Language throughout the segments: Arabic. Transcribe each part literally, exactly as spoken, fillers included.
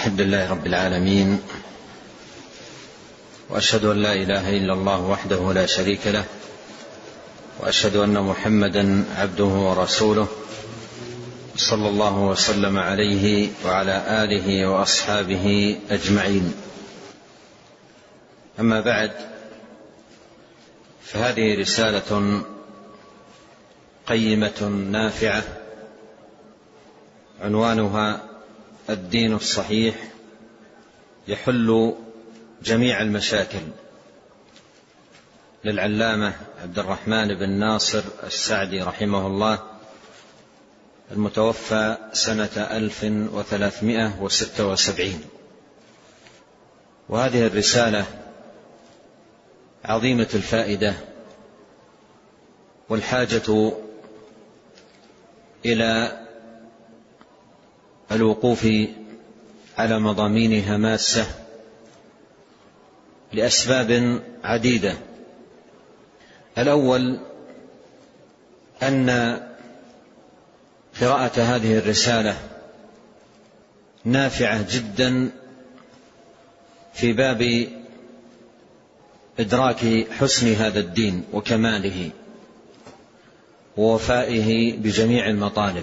الحمد لله رب العالمين، وأشهد أن لا إله إلا الله وحده لا شريك له، وأشهد أن محمدا عبده ورسوله، صلى الله وسلم عليه وعلى آله وأصحابه أجمعين. أما بعد، فهذه رسالة قيمة نافعة عنوانها الدين الصحيح يحل جميع المشاكل، للعلامة عبد الرحمن بن ناصر السعدي رحمه الله، المتوفى سنة ألف وثلاثمائة وستة وسبعين. وهذه الرسالة عظيمة الفائدة، والحاجة إلى الوقوف على مضامينها ماسة لأسباب عديدة. الأول أن قراءة هذه الرسالة نافعة جدا في باب إدراك حسن هذا الدين وكماله ووفائه بجميع المطالب،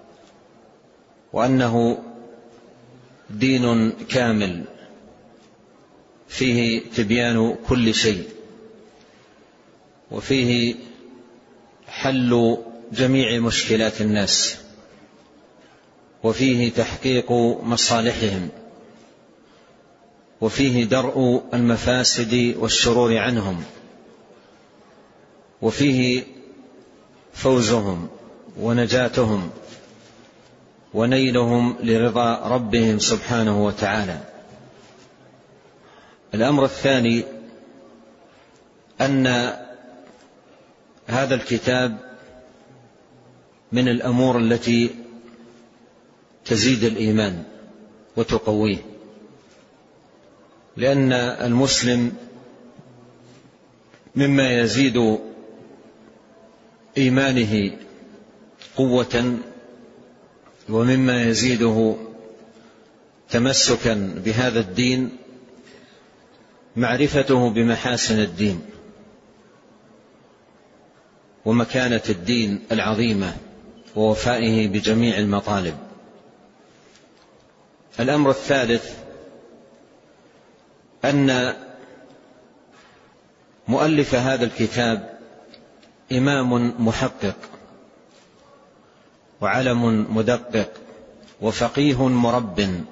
وأنه دين كامل فيه تبيان كل شيء، وفيه حل جميع مشكلات الناس، وفيه تحقيق مصالحهم، وفيه درء المفاسد والشرور عنهم، وفيه فوزهم ونجاتهم ونيلهم لرضا ربهم سبحانه وتعالى. الأمر الثاني أن هذا الكتاب من الأمور التي تزيد الإيمان وتقويه، لأن المسلم مما يزيد إيمانه قوة ومما يزيده تمسكا بهذا الدين معرفته بمحاسن الدين ومكانة الدين العظيمة ووفائه بجميع المطالب. الأمر الثالث أن مؤلف هذا الكتاب إمام محقق وعلم مدقق وفقيه مرب،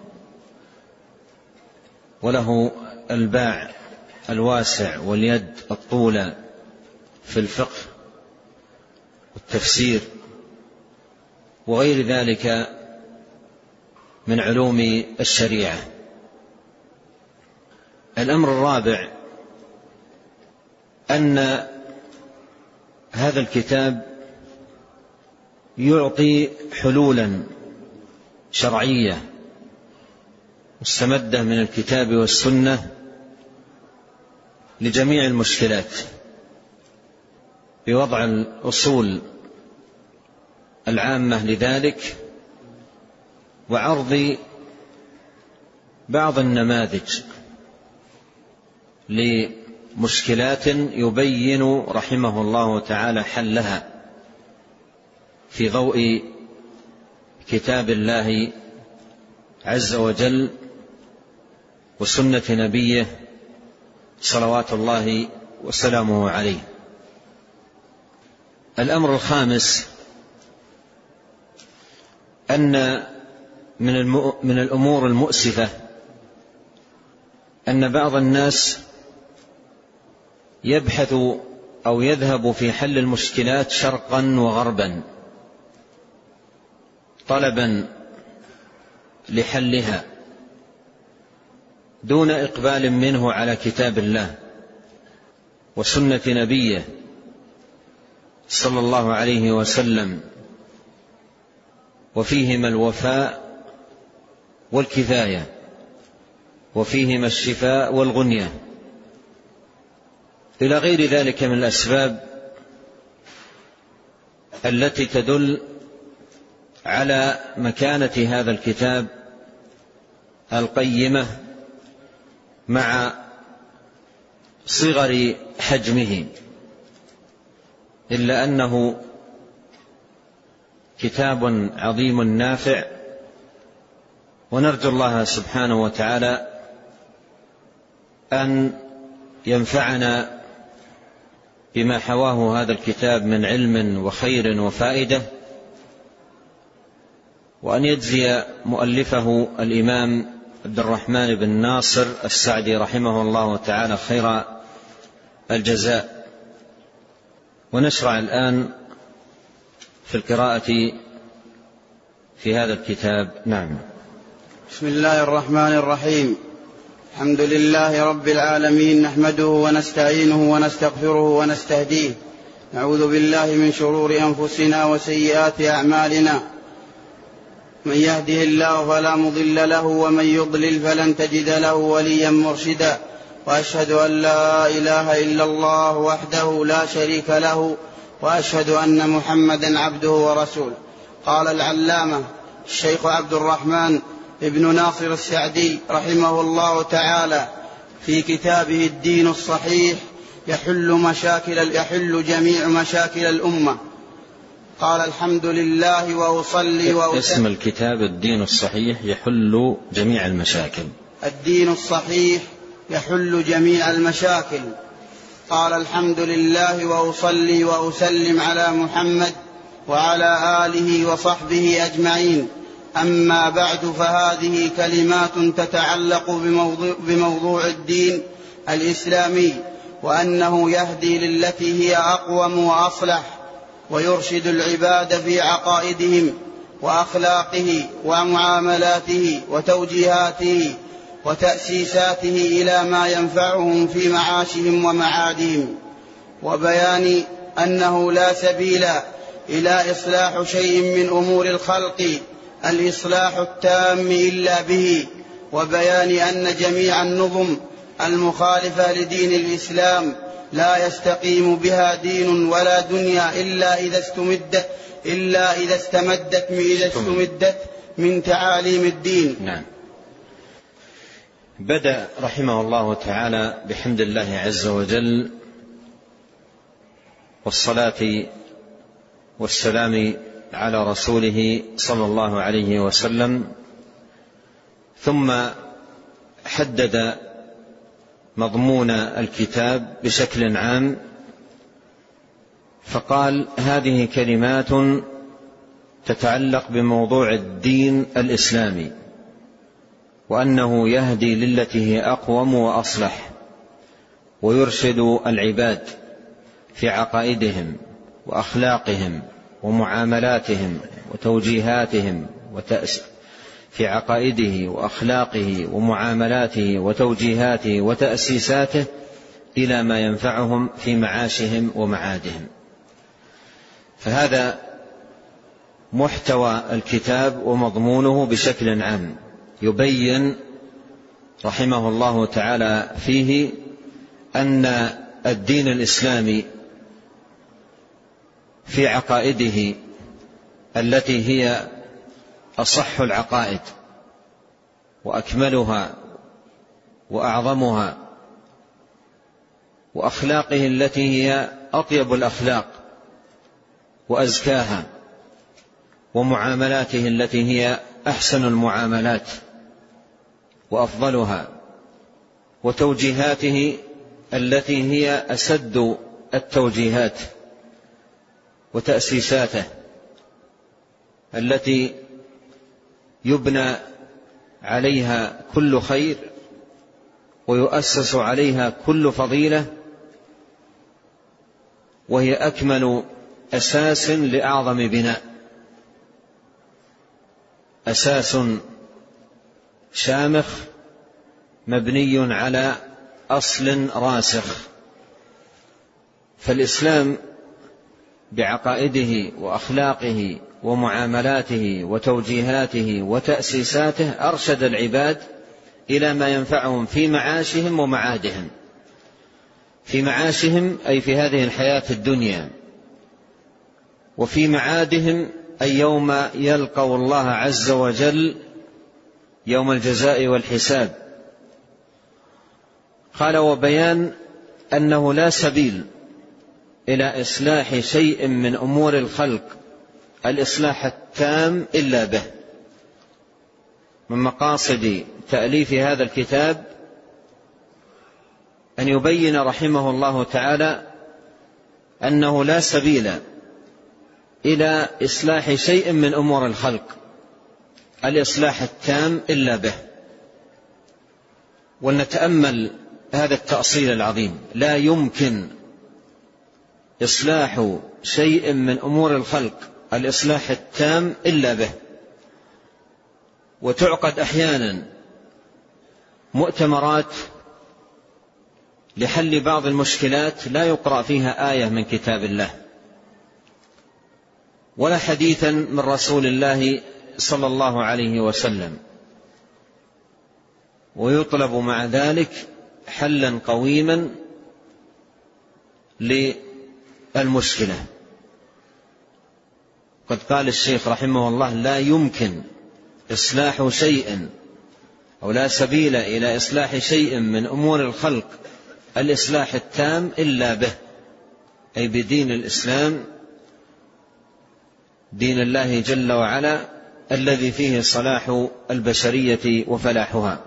وله الباع الواسع واليد الطولى في الفقه والتفسير وغير ذلك من علوم الشريعة. الأمر الرابع أن هذا الكتاب يعطي حلولا شرعية مستمدة من الكتاب والسنة لجميع المشكلات، بوضع الأصول العامة لذلك، وعرض بعض النماذج لمشكلات يبين رحمه الله تعالى حلها في ضوء كتاب الله عز وجل وسنة نبيه صلوات الله وسلامه عليه. الأمر الخامس أن من من الأمور المؤسفة أن بعض الناس يبحث أو يذهب في حل المشكلات شرقا وغربا طلبا لحلها دون إقبال منه على كتاب الله وسنة نبيه صلى الله عليه وسلم، وفيهما الوفاء والكفاية، وفيهما الشفاء والغنية، إلى غير ذلك من الأسباب التي تدل على مكانة هذا الكتاب القيمة مع صغر حجمه، إلا أنه كتاب عظيم نافع، ونرجو الله سبحانه وتعالى أن ينفعنا بما حواه هذا الكتاب من علم وخير وفائدة، وأن يجزي مؤلفه الإمام عبد الرحمن بن ناصر السعدي رحمه الله تعالى خير الجزاء. ونشرع الآن في القراءة في هذا الكتاب. نعم. بسم الله الرحمن الرحيم. الحمد لله رب العالمين، نحمده ونستعينه ونستغفره ونستهديه، نعوذ بالله من شرور أنفسنا وسيئات أعمالنا، من يهده الله فلا مضل له ومن يضلل فلن تجد له وليا مرشدا، وأشهد أن لا إله إلا الله وحده لا شريك له، وأشهد أن محمدا عبده ورسوله. قال العلامة الشيخ عبد الرحمن ابن ناصر السعدي رحمه الله تعالى في كتابه الدين الصحيح يحل, مشاكل يحل جميع مشاكل الأمة، قال الحمد لله وأصلي وأسلم. اسم الكتاب الدين الصحيح يحل جميع المشاكل. الدين الصحيح يحل جميع المشاكل. قال الحمد لله وأصلي وأسلم على محمد وعلى آله وصحبه أجمعين. أما بعد، فهذه كلمات تتعلق بموضوع, بموضوع الدين الإسلامي، وأنه يهدي للتي هي أقوم وأصلح، ويرشد العباد في عقائدهم وأخلاقه ومعاملاته وتوجيهاته وتأسيساته إلى ما ينفعهم في معاشهم ومعادهم، وبيان أنه لا سبيل إلى إصلاح شيء من أمور الخلق الإصلاح التام إلا به، وبيان أن جميع النظم المخالفة لدين الإسلام لا يستقيم بها دين ولا دنيا إلا إذا استمدت إلا إذا استمدت إذا استمدت من تعاليم الدين. نعم. بدأ رحمه الله تعالى بحمد الله عز وجل، والصلاة والسلام على رسوله صلى الله عليه وسلم، ثم حدد مضمون الكتاب بشكل عام، فقال: هذه كلمات تتعلق بموضوع الدين الإسلامي، وأنه يهدي للتي هي أقوم وأصلح، ويرشد العباد في عقائدهم وأخلاقهم ومعاملاتهم وتوجيهاتهم وتأس في عقائده وأخلاقه ومعاملاته وتوجيهاته وتأسيساته إلى ما ينفعهم في معاشهم ومعادهم. فهذا محتوى الكتاب ومضمونه بشكل عام، يبين رحمه الله تعالى فيه أن الدين الإسلامي في عقائده التي هي أصح العقائد وأكملها وأعظمها، وأخلاقه التي هي أطيب الأخلاق وأزكاها، ومعاملاته التي هي أحسن المعاملات وأفضلها، وتوجيهاته التي هي أسد التوجيهات، وتأسيساته التي يبنى عليها كل خير ويؤسس عليها كل فضيلة، وهي أكمل أساس لأعظم بناء، أساس شامخ مبني على أصل راسخ. فالإسلام بعقائده وأخلاقه ومعاملاته وتوجيهاته وتأسيساته أرشد العباد إلى ما ينفعهم في معاشهم ومعادهم. في معاشهم أي في هذه الحياة الدنيا، وفي معادهم أي يوم يلقوا الله عز وجل يوم الجزاء والحساب. قال: وبيان أنه لا سبيل إلى إصلاح شيء من أمور الخلق الإصلاح التام إلا به. من مقاصد تأليف هذا الكتاب أن يبين رحمه الله تعالى أنه لا سبيل إلى إصلاح شيء من أمور الخلق الإصلاح التام إلا به. ونتأمل هذا التأصيل العظيم: لا يمكن إصلاح شيء من أمور الخلق الإصلاح التام إلا به. وتعقد أحيانا مؤتمرات لحل بعض المشكلات لا يقرأ فيها آية من كتاب الله ولا حديثا من رسول الله صلى الله عليه وسلم، ويطلب مع ذلك حلا قويما للمشكلة. قد قال الشيخ رحمه الله: لا يمكن إصلاح شيء أو لا سبيل إلى إصلاح شيء من أمور الخلق الإصلاح التام إلا به، أي بدين الإسلام، دين الله جل وعلا الذي فيه صلاح البشرية وفلاحها.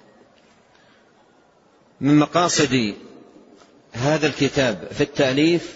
من مقاصد هذا الكتاب في التأليف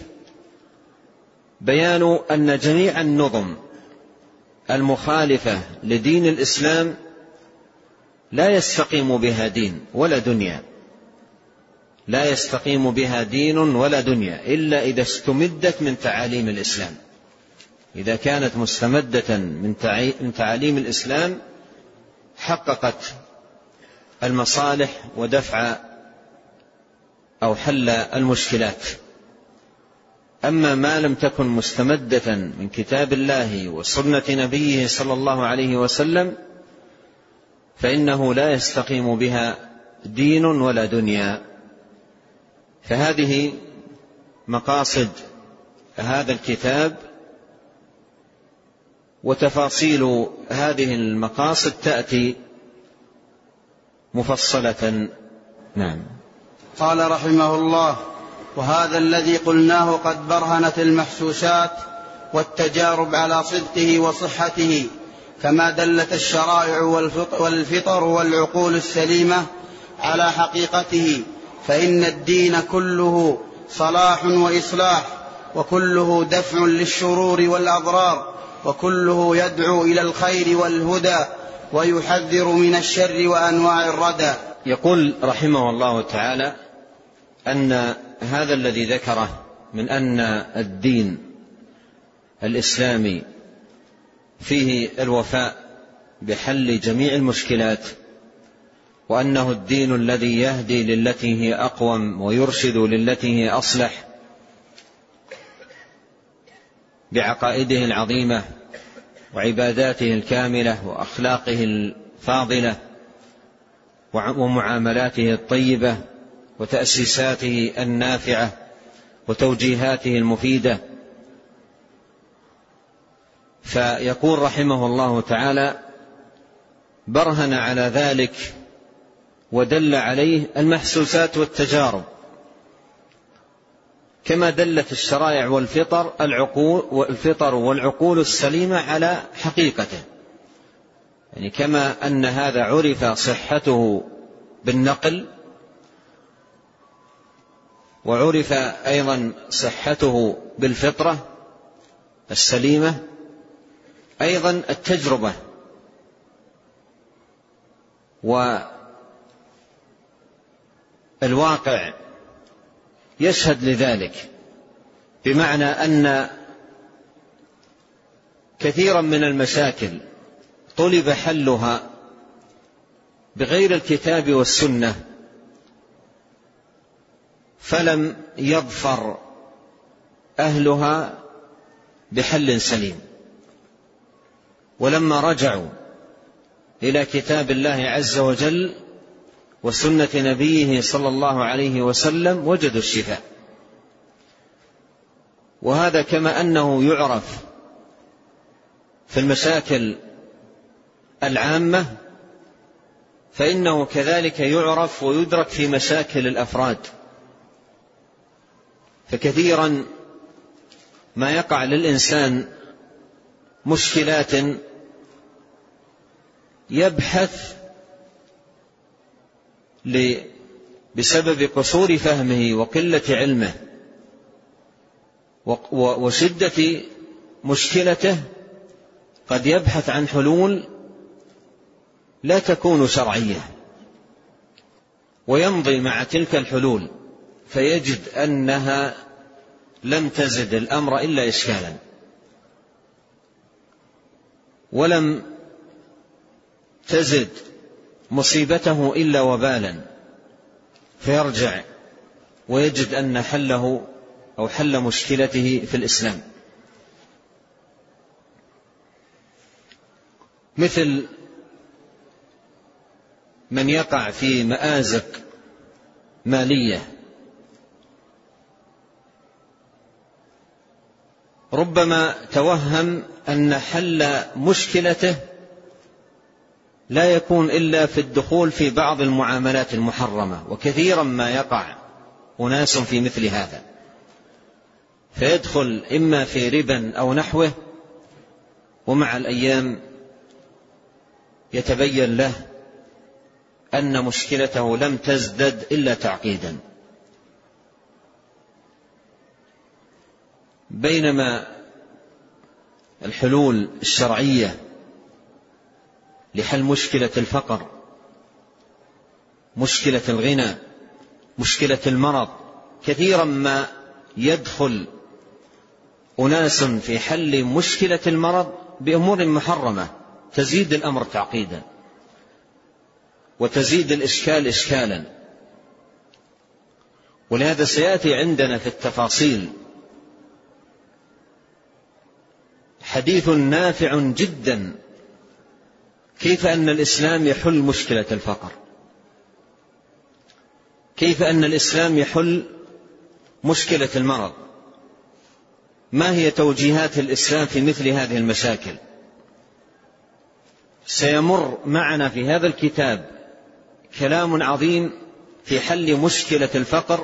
بيان أن جميع النظم المخالفة لدين الإسلام لا يستقيم بها دين ولا دنيا، لا يستقيم بها دين ولا دنيا إلا إذا استمدت من تعاليم الإسلام. إذا كانت مستمدة من تعاليم الإسلام حققت المصالح ودفع أو حل المشكلات. أما ما لم تكن مستمدة من كتاب الله وسنة نبيه صلى الله عليه وسلم فإنه لا يستقيم بها دين ولا دنيا. فهذه مقاصد هذا الكتاب، وتفاصيل هذه المقاصد تأتي مفصلة. نعم. قال رحمه الله: وهذا الذي قلناه قد برهنت المحسوسات والتجارب على صدقه وصحته، كما دلت الشرائع والفطر والعقول السليمة على حقيقته، فإن الدين كله صلاح وإصلاح، وكله دفع للشرور والأضرار، وكله يدعو إلى الخير والهدى، ويحذر من الشر وأنواع الردى. يقول رحمه الله تعالى أن هذا الذي ذكره من أن الدين الإسلامي فيه الوفاء بحل جميع المشكلات، وأنه الدين الذي يهدي للتي هي أقوم ويرشد للتي هي أصلح بعقائده العظيمة وعباداته الكاملة وأخلاقه الفاضلة ومعاملاته الطيبة وتأسيساته النافعة وتوجيهاته المفيدة. فيقول رحمه الله تعالى: برهن على ذلك ودل عليه المحسوسات والتجارب، كما دلت الشرائع والفطر العقول والفطر والعقول السليمة على حقيقته. يعني كما أن هذا عرف صحته بالنقل، وعرف أيضا صحته بالفطرة السليمة، أيضا التجربة والواقع يشهد لذلك، بمعنى أن كثيرا من المشاكل طلب حلها بغير الكتاب والسنة فلم يظفر أهلها بحل سليم. ولما رجعوا إلى كتاب الله عز وجل وسنة نبيه صلى الله عليه وسلم وجدوا الشفاء. وهذا كما أنه في المشاكل العامة فإنه كذلك يعرف ويدرك في مشاكل الأفراد. فكثيرا ما يقع للإنسان مشكلات يبحث بسبب قصور فهمه وقلة علمه وشدة مشكلته، قد يبحث عن حلول لا تكون شرعية، ويمضي مع تلك الحلول فيجد أنها لم تزد الأمر إلا إشكالا، ولم تزد مصيبته إلا وبالا، فيرجع ويجد أن حله أو حل مشكلته في الإسلام. مثل من يقع في مآزق مالية، ربما توهم أن حل مشكلته لا يكون إلا في الدخول في بعض المعاملات المحرمة، وكثيرا ما يقع أناس في مثل هذا، فيدخل إما في ربا أو نحوه، ومع الأيام يتبين له أن مشكلته لم تزدد إلا تعقيدا. بينما الحلول الشرعية لحل مشكلة الفقر، مشكلة الغنى، مشكلة المرض، كثيرا ما يدخل أناس في حل مشكلة المرض بأمور محرمة تزيد الأمر تعقيدا وتزيد الإشكال إشكالا. ولهذا سيأتي عندنا في التفاصيل حديث نافع جدا كيف أن الإسلام يحل مشكلة الفقر، كيف أن الإسلام يحل مشكلة المرض، ما هي توجيهات الإسلام في مثل هذه المشاكل. سيمر معنا في هذا الكتاب كلام عظيم في حل مشكلة الفقر،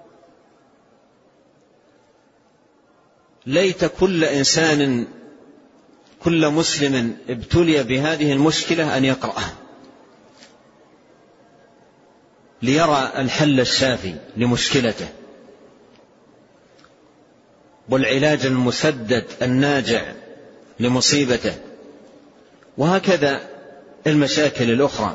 ليت كل إنسان كل مسلم ابتلي بهذه المشكلة أن يقرأها ليرى الحل الشافي لمشكلته والعلاج المسدد الناجع لمصيبته. وهكذا المشاكل الأخرى.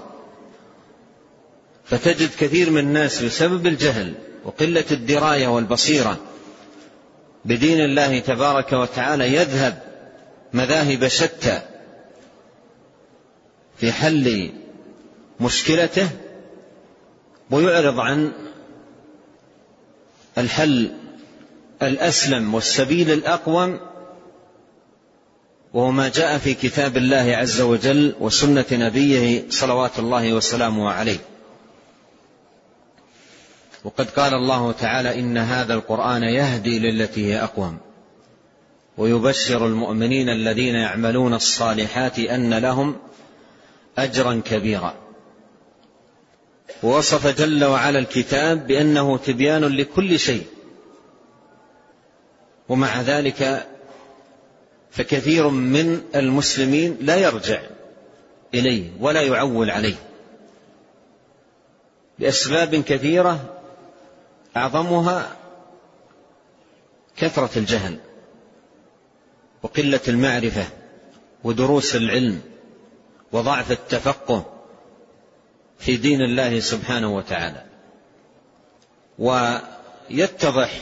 فتجد كثير من الناس بسبب الجهل وقلة الدراية والبصيرة بدين الله تبارك وتعالى يذهب مذاهب شتى في حل مشكلته، ويعرض عن الحل الأسلم والسبيل الأقوم، وهو ما جاء في كتاب الله عز وجل وسنة نبيه صلوات الله وسلامه عليه. وقد قال الله تعالى: إن هذا القرآن يهدي للتي هي أقوم ويبشر المؤمنين الذين يعملون الصالحات أن لهم أجرا كبيرا. ووصف جل وعلا الكتاب بأنه تبيان لكل شيء، ومع ذلك فكثير من المسلمين لا يرجع إليه ولا يعول عليه لأسباب كثيرة، أعظمها كثرة الجهل وقلة المعرفة ودروس العلم وضعف التفقه في دين الله سبحانه وتعالى. ويتضح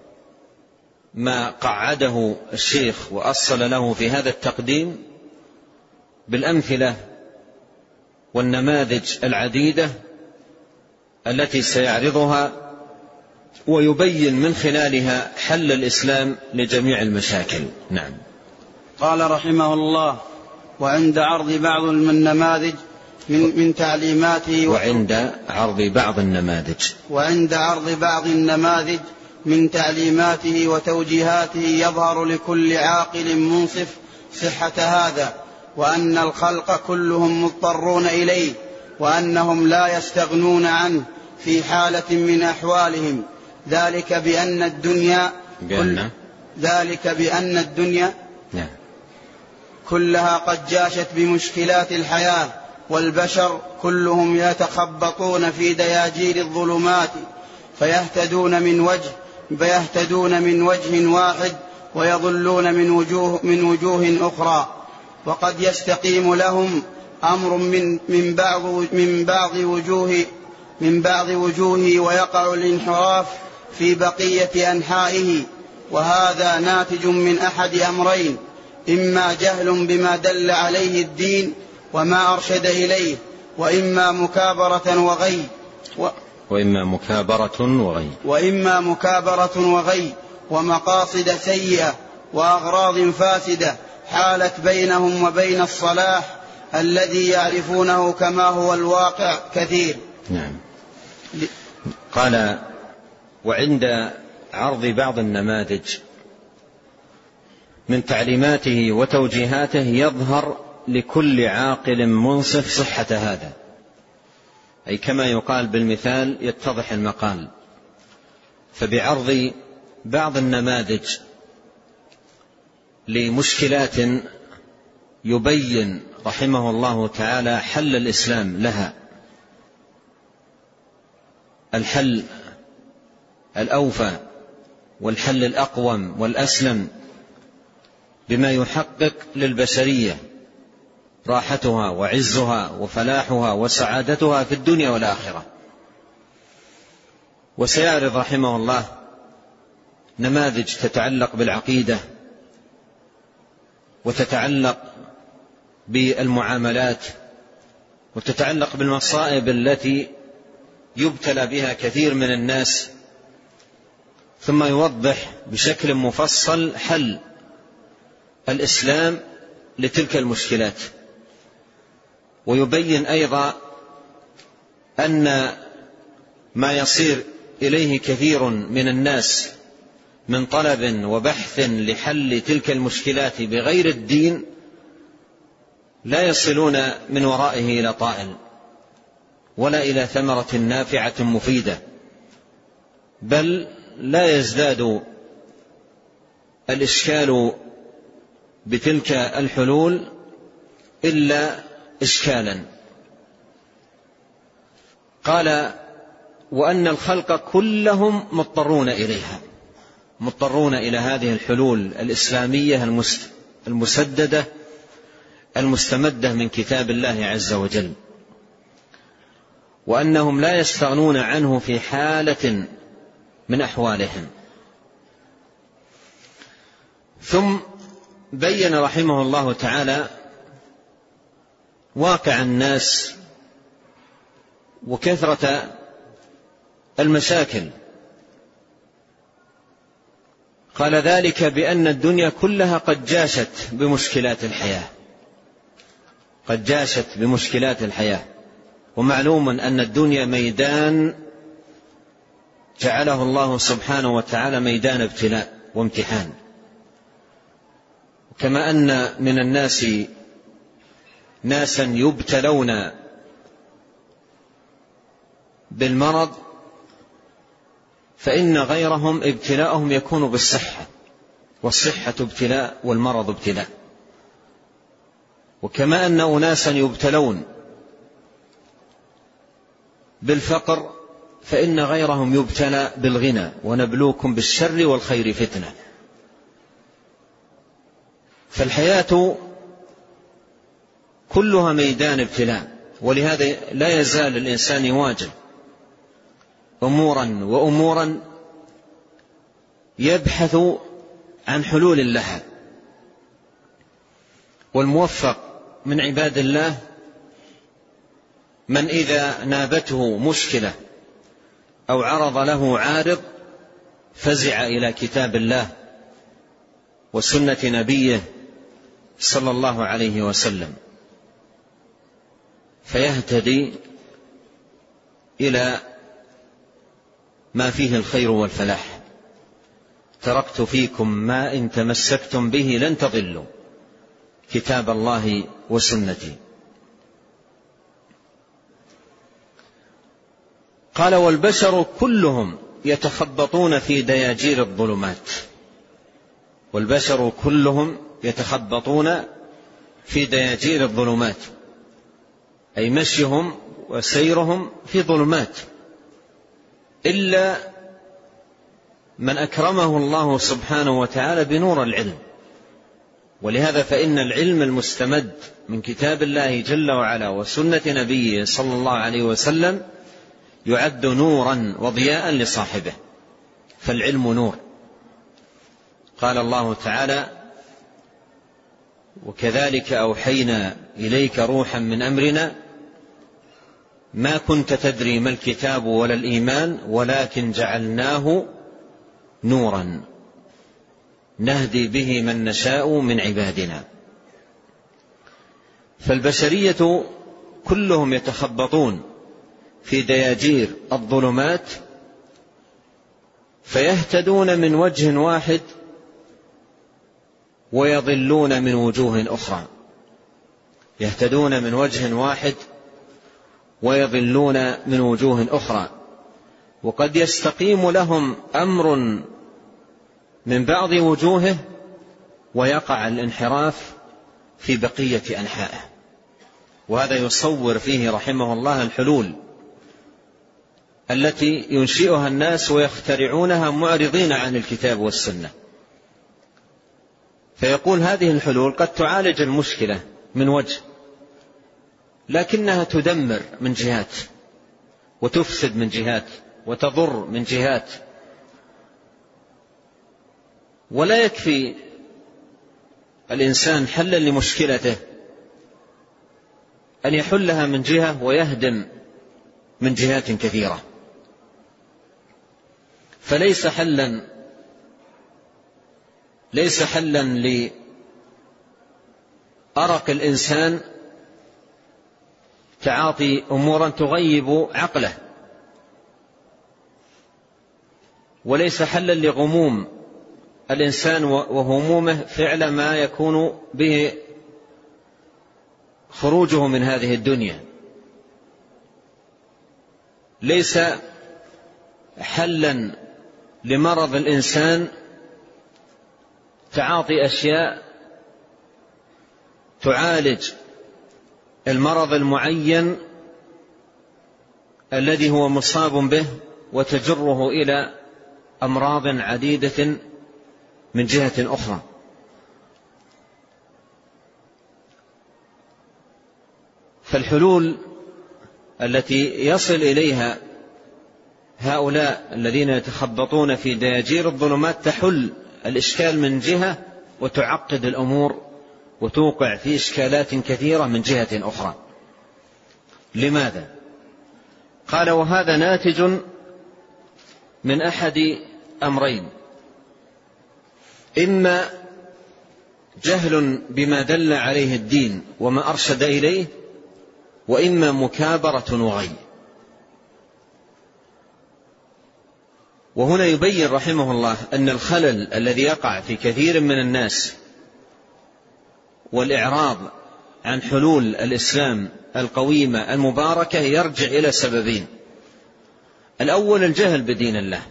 ما قعده الشيخ وأصل له في هذا التقديم بالأمثلة والنماذج العديدة التي سيعرضها، ويبين من خلالها حل الإسلام لجميع المشاكل. نعم. قال رحمه الله: وعند عرض بعض النماذج من, من تعليماته وعند عرض بعض النماذج وعند عرض بعض النماذج من تعليماته وتوجيهاته يظهر لكل عاقل منصف صحة هذا، وأن الخلق كلهم مضطرون إليه، وأنهم لا يستغنون عنه في حالة من أحوالهم، ذلك بأن الدنيا بأن ذلك بأن الدنيا نعم. كلها قد جاشت بمشكلات الحياة، والبشر كلهم يتخبطون في دياجير الظلمات فيهتدون من وجه فيهتدون من وجه واحد ويضلون من وجوه, من وجوه أخرى، وقد يستقيم لهم أمر من, من, بعض, من, بعض وجوه من بعض وجوهه ويقع الانحراف في بقية أنحائه، وهذا ناتج من أحد أمرين: إما جهل بما دل عليه الدين وما أرشد إليه، وإما مكابرة وغي و وإما مكابرة وغي وإما مكابرة وغي ومقاصد سيئة وأغراض فاسدة حالت بينهم وبين الصلاح الذي يعرفونه كما هو الواقع كثير. نعم. قال: وعند عرض بعض النماذج من تعليماته وتوجيهاته يظهر لكل عاقل منصف صحة هذا، أي كما يقال بالمثال يتضح المقال. فبعرض بعض النماذج لمشكلات يبين رحمه الله تعالى حل الإسلام لها، الحل الأوفى والحل الأقوم والأسلم بما يحقق للبشرية راحتها وعزها وفلاحها وسعادتها في الدنيا والآخرة. وسيعرض رحمه الله نماذج تتعلق بالعقيدة وتتعلق بالمعاملات وتتعلق بالمصائب التي يبتلى بها كثير من الناس، ثم يوضح بشكل مفصل حل الإسلام لتلك المشكلات، ويبين أيضا أن ما يصير إليه كثير من الناس من طلب وبحث لحل تلك المشكلات بغير الدين لا يصلون من ورائه إلى طائل ولا إلى ثمرة نافعة مفيدة، بل لا يزداد الإشكال بتلك الحلول إلا إشكالا. قال: وأن الخلق كلهم مضطرون إليها، مضطرون إلى هذه الحلول الإسلامية المسددة المستمدة من كتاب الله عز وجل، وأنهم لا يستغنون عنه في حالة من أحوالهم. ثم بين رحمه الله تعالى واقع الناس وكثرة المشاكل. قال: ذلك بأن الدنيا كلها قد جاشت بمشكلات الحياة، قد جاشت بمشكلات الحياة. ومعلوم أن الدنيا ميدان جعله الله سبحانه وتعالى ميدان ابتلاء وامتحان، كما أن من الناس ناسا يبتلون بالمرض، فإن غيرهم ابتلاءهم يكون بالصحة، والصحة ابتلاء والمرض ابتلاء. وكما أن أناسا يبتلون بالفقر، فإن غيرهم يبتلى بالغنى، ونبلوكم بالشر والخير فتنة. فالحياة كلها ميدان ابتلاء، ولهذا لا يزال الإنسان يواجه أمورا وأمورا يبحث عن حلول لها. والموفق من عباد الله من إذا نابته مشكلة أو عرض له عارض فزع إلى كتاب الله وسنة نبيه صلى الله عليه وسلم، فيهتدي إلى ما فيه الخير والفلاح. تركت فيكم ما إن تمسكتم به لن تضلوا، كتاب الله وسنتي. قال والبشر كلهم يتخبطون في دياجير الظلمات. والبشر كلهم يتخبطون في دياجير الظلمات، أي مشيهم وسيرهم في ظلمات، إلا من أكرمه الله سبحانه وتعالى بنور العلم. ولهذا فإن العلم المستمد من كتاب الله جل وعلا وسنة نبيه صلى الله عليه وسلم يعد نورا وضياء لصاحبه، فالعلم نور. قال الله تعالى: وكذلك أوحينا إليك روحا من أمرنا ما كنت تدري ما الكتاب ولا الإيمان ولكن جعلناه نورا نهدي به من نشاء من عبادنا. فالبشرية كلهم يتخبطون في دياجير الظلمات فيهتدون من وجه واحد ويضلون من وجوه أخرى، يهتدون من وجه واحد ويضلون من وجوه أخرى. وقد يستقيم لهم أمر من بعض وجوهه ويقع الانحراف في بقية أنحائه. وهذا يصور فيه رحمه الله الحلول التي ينشئها الناس ويخترعونها معرضين عن الكتاب والسنة. فيقول هذه الحلول قد تعالج المشكلة من وجه، لكنها تدمر من جهات وتفسد من جهات وتضر من جهات. ولا يكفي الإنسان حلا لمشكلته أن يحلها من جهة ويهدم من جهات كثيرة. فليس حلا ليس حلا لأرق الإنسان تعاطي أمورا تغيب عقله، وليس حلا لغموم الإنسان وهمومه فعل ما يكون به خروجه من هذه الدنيا. ليس حلا لمرض الإنسان تعاطي أشياء تعالج المرض المعين الذي هو مصاب به وتجره إلى أمراض عديدة من جهة أخرى. فالحلول التي يصل إليها هؤلاء الذين يتخبطون في دياجير الظلمات تحل الإشكال من جهة وتعقد الأمور وتوقع في إشكالات كثيرة من جهة أخرى. لماذا؟ قال وهذا ناتج من أحد أمرين: إما جهل بما دل عليه الدين وما أرشد إليه، وإما مكابرة وغي. وهنا يبين رحمه الله أن الخلل الذي يقع في كثير من الناس والإعراض عن حلول الإسلام القويمة المباركة يرجع إلى سببين: الأول الجهل بدين الله،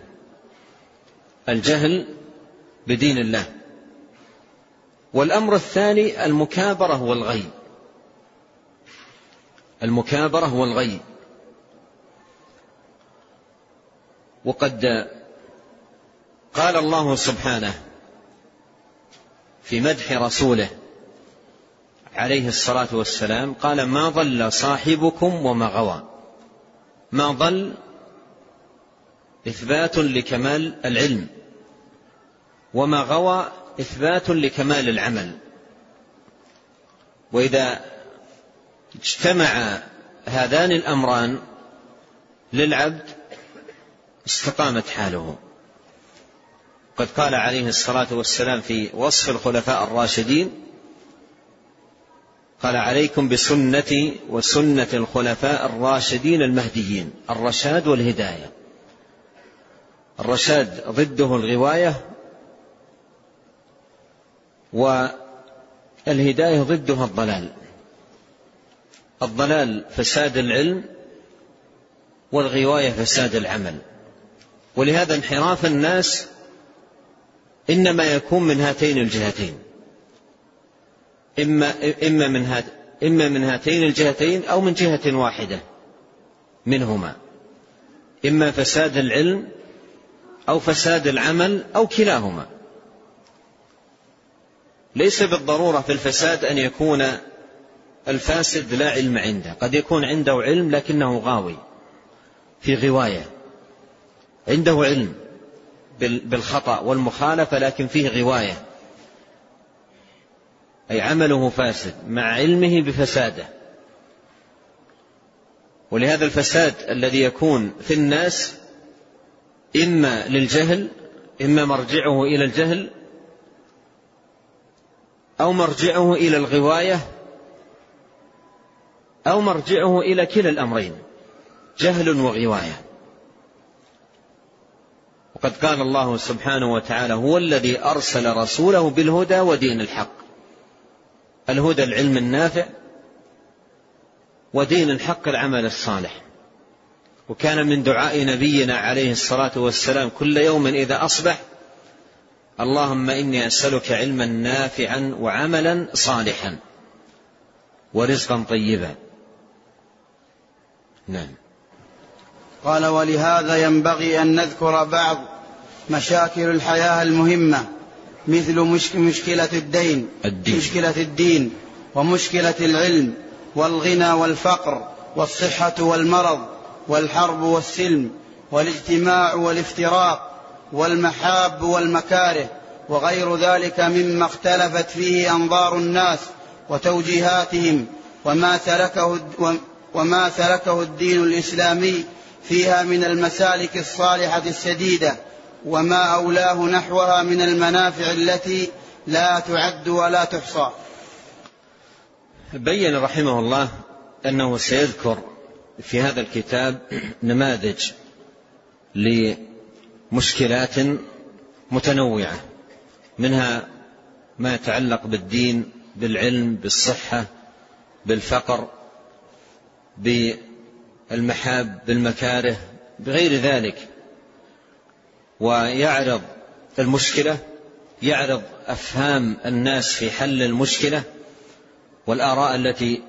الجهل بدين الله، والأمر الثاني المكابرة والغي، المكابرة والغي. وقد قال الله سبحانه في مدح رسوله عليه الصلاة والسلام، قال ما ضل صاحبكم وما غوى. ما ضل إثبات لكمال العلم، وما غوى إثبات لكمال العمل. وإذا اجتمع هذان الأمران للعبد استقامت حاله. قد قال عليه الصلاة والسلام في وصف الخلفاء الراشدين، قال عليكم بسنتي وسنة الخلفاء الراشدين المهديين. الرشاد والهداية، الرشاد ضده الغواية، والهداية ضدها الضلال. الضلال فساد العلم، والغواية فساد العمل. ولهذا انحراف الناس إنما يكون من هاتين الجهتين، إما, إما, من هات إما من هاتين الجهتين أو من جهة واحدة منهما، إما فساد العلم أو فساد العمل أو كلاهما. ليس بالضرورة في الفساد أن يكون الفاسد لا علم عنده، قد يكون عنده علم لكنه غاوي في غواية، عنده علم بالخطأ والمخالفة لكن فيه غواية، أي عمله فاسد مع علمه بفساده. ولهذا الفساد الذي يكون في الناس إما للجهل، إما مرجعه إلى الجهل أو مرجعه إلى الغواية أو مرجعه إلى كلا الأمرين، جهل وغواية. وقد قال الله سبحانه وتعالى: هو الذي أرسل رسوله بالهدى ودين الحق. الهدى العلم النافع، ودين الحق العمل الصالح. وكان من دعاء نبينا عليه الصلاة والسلام كل يوم إذا أصبح: اللهم إني أسألك علما نافعا وعملا صالحا ورزقا طيبا. نعم. قال: ولهذا ينبغي أن نذكر بعض مشاكل الحياة المهمة، مثل مشكلة الدين, الدين مشكلة الدين ومشكلة العلم والغنى والفقر والصحة والمرض والحرب والسلم والاجتماع والافتراق والمحاب والمكاره وغير ذلك مما اختلفت فيه أنظار الناس وتوجيهاتهم، وما سلكه, وما سلكه الدين الإسلامي فيها من المسالك الصالحة السديدة، وما أولاه نحوها من المنافع التي لا تعد ولا تحصى. بين رحمه الله أنه سيذكر في هذا الكتاب نماذج لمشكلات متنوعة، منها ما يتعلق بالدين، بالعلم، بالصحة، بالفقر، بالمحاب، بالمكاره، بغير ذلك. ويعرض المشكلة، يعرض أفهام الناس في حل المشكلة والآراء التي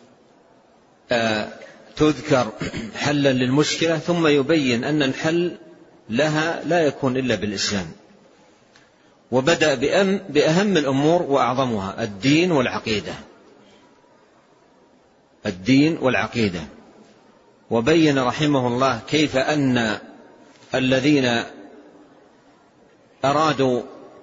تذكر حلا للمشكلة، ثم يبين أن الحل لها لا يكون إلا بالإسلام. وبدأ بأهم الأمور وأعظمها الدين والعقيدة، الدين والعقيدة. وبين رحمه الله كيف أن الذين أرادوا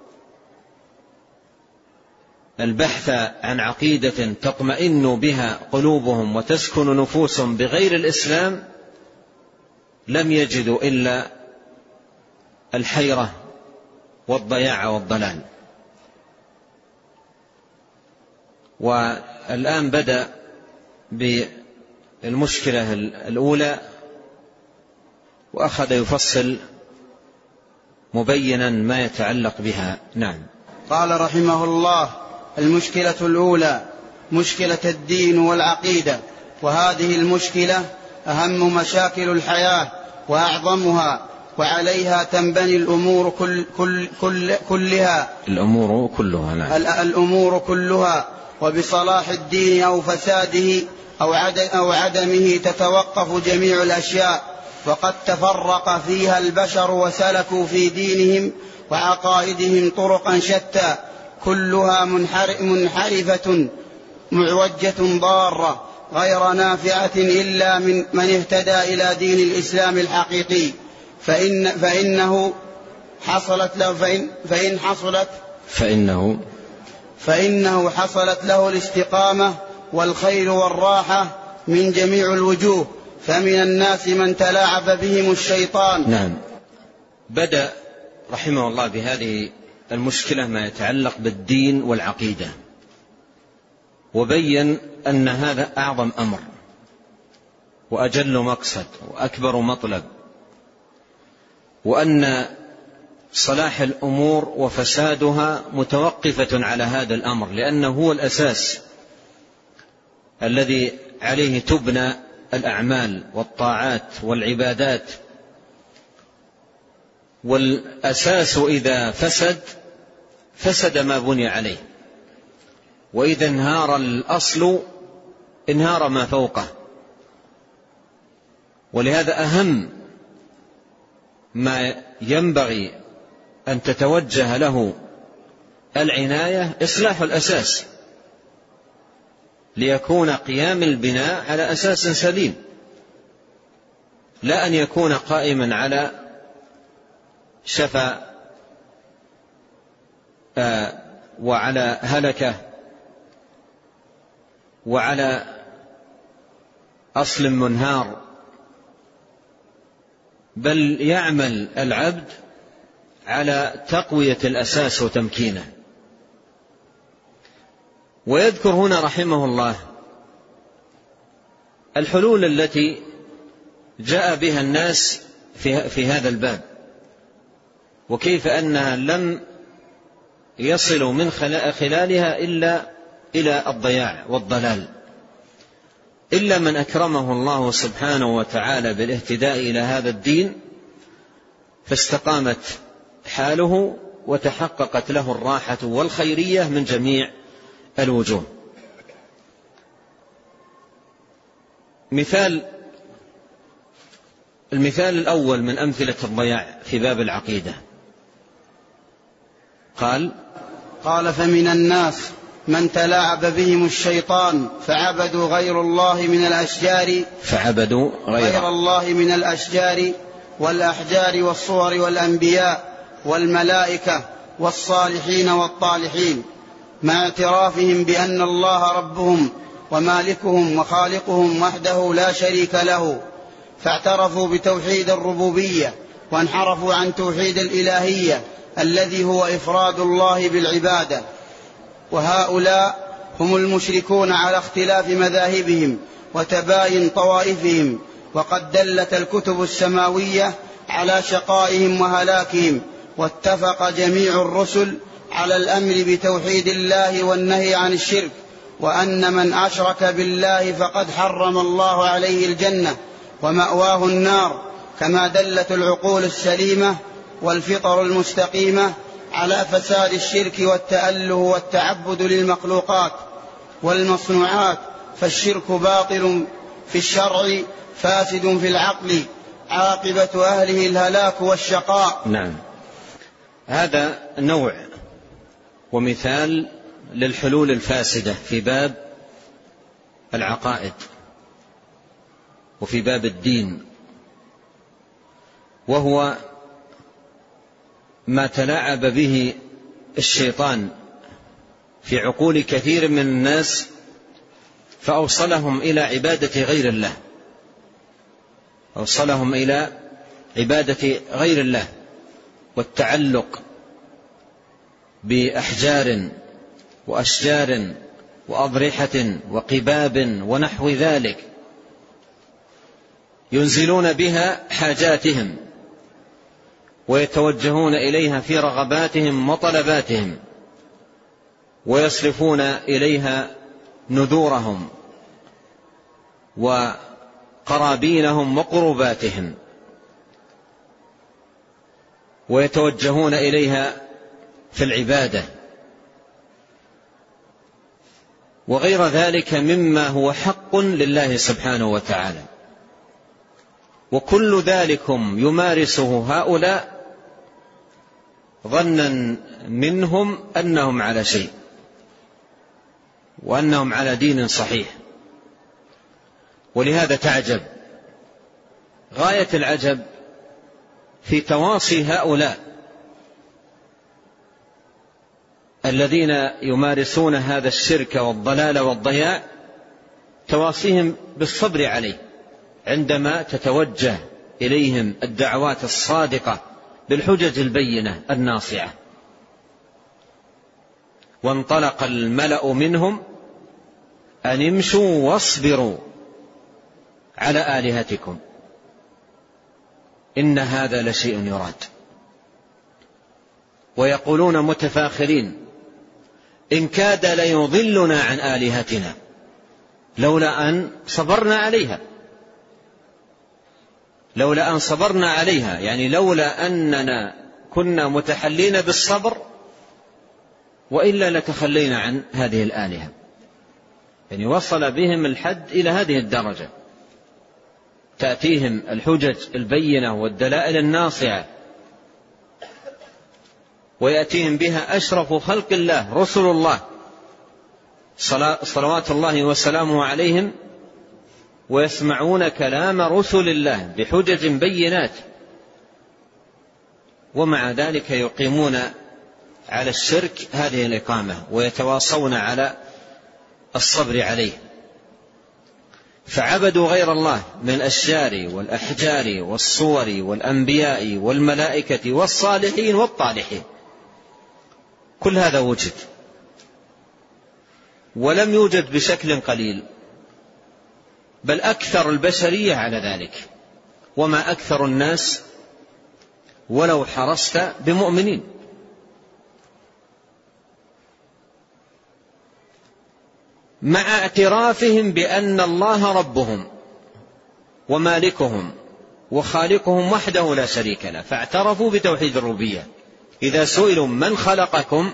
البحث عن عقيدة تطمئن بها قلوبهم وتسكن نفوسهم بغير الإسلام لم يجدوا إلا الحيرة والضياع والضلال. والآن بدأ بالمشكلة الأولى وأخذ يفصل مبينا ما يتعلق بها. نعم. قال رحمه الله: المشكلة الأولى مشكلة الدين والعقيدة، وهذه المشكلة أهم مشاكل الحياة وأعظمها، وعليها تنبني الأمور كل كل كل كلها الأمور كلها نعم. الأمور كلها، وبصلاح الدين أو فساده أو عدمه تتوقف جميع الأشياء. وقد تفرق فيها البشر وسلكوا في دينهم وعقائدهم طرقا شتى، كلها منحرفة معوجة ضارة غير نافعة إلا من من اهتدى إلى دين الإسلام الحقيقي، فإن فإنه حصلت له فإن, فإن حصلت فإنه فإنه حصلت له الاستقامة والخير والراحة من جميع الوجوه. فمن الناس من تلاعب بهم الشيطان. نعم. بدأ رحمه الله بهذه المشكلة ما يتعلق بالدين والعقيدة، وبين أن هذا أعظم أمر وأجل مقصد وأكبر مطلب، وأن صلاح الأمور وفسادها متوقفة على هذا الأمر، لأنه هو الأساس الذي عليه تبنى الأعمال والطاعات والعبادات. والأساس إذا فسد فسد ما بني عليه، وإذا انهار الأصل انهار ما فوقه. ولهذا أهم ما ينبغي أن تتوجه له العناية إصلاح الأساس، ليكون قيام البناء على أساس سليم، لا أن يكون قائما على شفا آه وعلى هلكة وعلى أصل منهار، بل يعمل العبد على تقوية الأساس وتمكينه. ويذكر هنا رحمه الله الحلول التي جاء بها الناس في, في هذا الباب، وكيف أنها لم يصلوا من خلالها إلا إلى الضياع والضلال، إلا من أكرمه الله سبحانه وتعالى بالاهتداء إلى هذا الدين فاستقامت حاله وتحققت له الراحة والخيرية من جميع الوجوه. مثال المثال الأول من أمثلة الضياع في باب العقيدة، قال قال فمن الناس من تلاعب بهم الشيطان فعبدوا غير الله من الأشجار فعبدوا غير, غير الله من الأشجار والأحجار والصور والأنبياء والملائكة والصالحين والطالحين، مع اعترافهم بأن الله ربهم ومالكهم وخالقهم وحده لا شريك له، فاعترفوا بتوحيد الربوبية وانحرفوا عن توحيد الإلهية الذي هو إفراد الله بالعبادة. وهؤلاء هم المشركون على اختلاف مذاهبهم وتباين طوائفهم، وقد دلت الكتب السماوية على شقائهم وهلاكهم، واتفق جميع الرسل على الأمر بتوحيد الله والنهي عن الشرك، وأن من أشرك بالله فقد حرم الله عليه الجنة ومأواه النار، كما دلت العقول السليمة والفطر المستقيمة على فساد الشرك والتأله والتعبد للمخلوقات والمصنوعات، فالشرك باطل في الشرع فاسد في العقل، عاقبة أهله الهلاك والشقاء. نعم، هذا نوع ومثال للحلول الفاسدة في باب العقائد وفي باب الدين، وهو ما تلاعب به الشيطان في عقول كثير من الناس فأوصلهم إلى عبادة غير الله أوصلهم إلى عبادة غير الله والتعلق بأحجار وأشجار وأضرحة وقباب ونحو ذلك، ينزلون بها حاجاتهم ويتوجهون إليها في رغباتهم وطلباتهم، ويصرفون إليها نذورهم وقرابينهم وقرباتهم، ويتوجهون إليها في العبادة وغير ذلك مما هو حق لله سبحانه وتعالى. وكل ذلكم يمارسه هؤلاء ظنا منهم أنهم على شيء وأنهم على دين صحيح. ولهذا تعجب غاية العجب في تواصي هؤلاء الذين يمارسون هذا الشرك والضلال والضياع، تواصيهم بالصبر عليه عندما تتوجه إليهم الدعوات الصادقة بالحجج البينة الناصعة. وانطلق الملأ منهم أن امشوا واصبروا على آلهتكم إن هذا لشيء يراد. ويقولون متفاخرين إن كاد ليضلنا عن آلهتنا لولا أن صبرنا عليها لولا أن صبرنا عليها، يعني لولا أننا كنا متحلين بالصبر وإلا لتخلينا عن هذه الآلهة. يعني وصل بهم الحد إلى هذه الدرجة، تأتيهم الحجج البينة والدلائل الناصعة، ويأتيهم بها أشرف خلق الله رسل الله صلوات الله وسلامه عليهم، ويسمعون كلام رسل الله بحجج بينات، ومع ذلك يقيمون على الشرك هذه الإقامة ويتواصون على الصبر عليه. فعبدوا غير الله من الأشجار والأحجار والصور والأنبياء والملائكة والصالحين والطالحين، كل هذا وجد، ولم يوجد بشكل قليل، بل أكثر البشرية على ذلك، وما أكثر الناس ولو حرصت بمؤمنين. مع اعترافهم بأن الله ربهم ومالكهم وخالقهم وحده لا شريك له، فاعترفوا بتوحيد الربوبية. إذا سئلوا من خلقكم،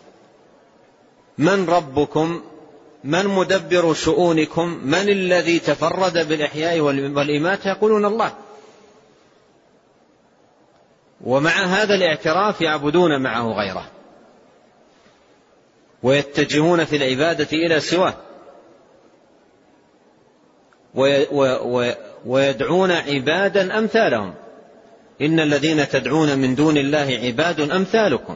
من ربكم، من مدبر شؤونكم، من الذي تفرد بالإحياء والإماتة، يقولون الله. ومع هذا الاعتراف يعبدون معه غيره، ويتجهون في العبادة إلى سواه، ويدعون عبادا أمثالهم. إن الذين تدعون من دون الله عباد أمثالكم.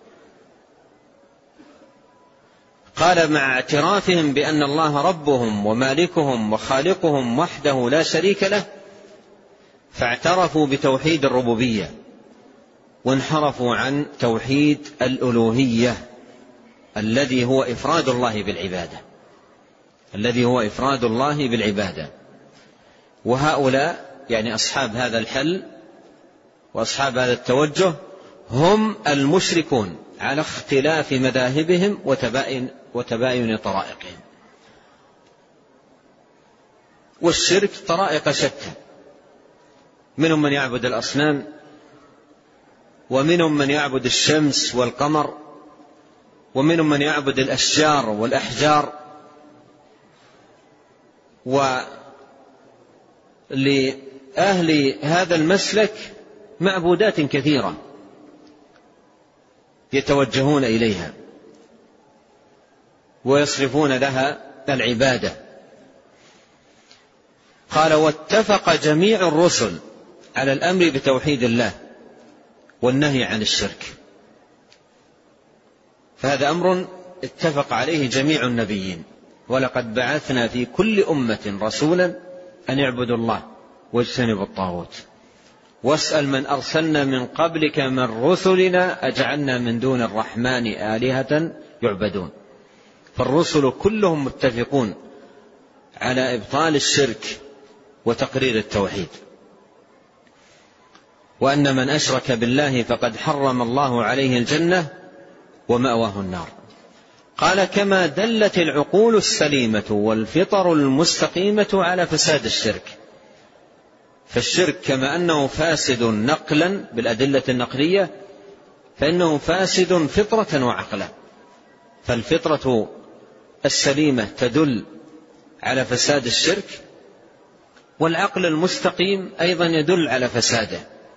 قال مع اعترافهم بأن الله ربهم ومالكهم وخالقهم وحده لا شريك له، فاعترفوا بتوحيد الربوبية وانحرفوا عن توحيد الألوهية الذي هو إفراد الله بالعبادة، الذي هو إفراد الله بالعبادة. وهؤلاء يعني أصحاب هذا الحل وأصحاب هذا التوجه هم المشركون على اختلاف مذاهبهم وتباين, وتباين طرائقهم. والشرك طرائق شتى، منهم من يعبد الأصنام، ومنهم من يعبد الشمس والقمر، ومنهم من يعبد الأشجار والأحجار. ولأهل هذا المسلك معبودات كثيرة يتوجهون إليها ويصرفون لها العبادة. قال واتفق جميع الرسل على الأمر بتوحيد الله والنهي عن الشرك، فهذا أمر اتفق عليه جميع النبيين. ولقد بعثنا في كل أمة رسولا أن يعبدوا الله واجتنبوا الطاغوت واسأل من أرسلنا من قبلك من رسلنا أجعلنا من دون الرحمن آلهة يعبدون. فالرسل كلهم متفقون على إبطال الشرك وتقرير التوحيد، وأن من أشرك بالله فقد حرم الله عليه الجنة ومأواه النار. قال كما دلت العقول السليمة والفطر المستقيمة على فساد الشرك. فالشرك كما أنه فاسد نقلا بالأدلة النقلية، فإنه فاسد فطرة وعقلا. فالفطرة السليمة تدل على فساد الشرك، والعقل المستقيم أيضا يدل على فساده.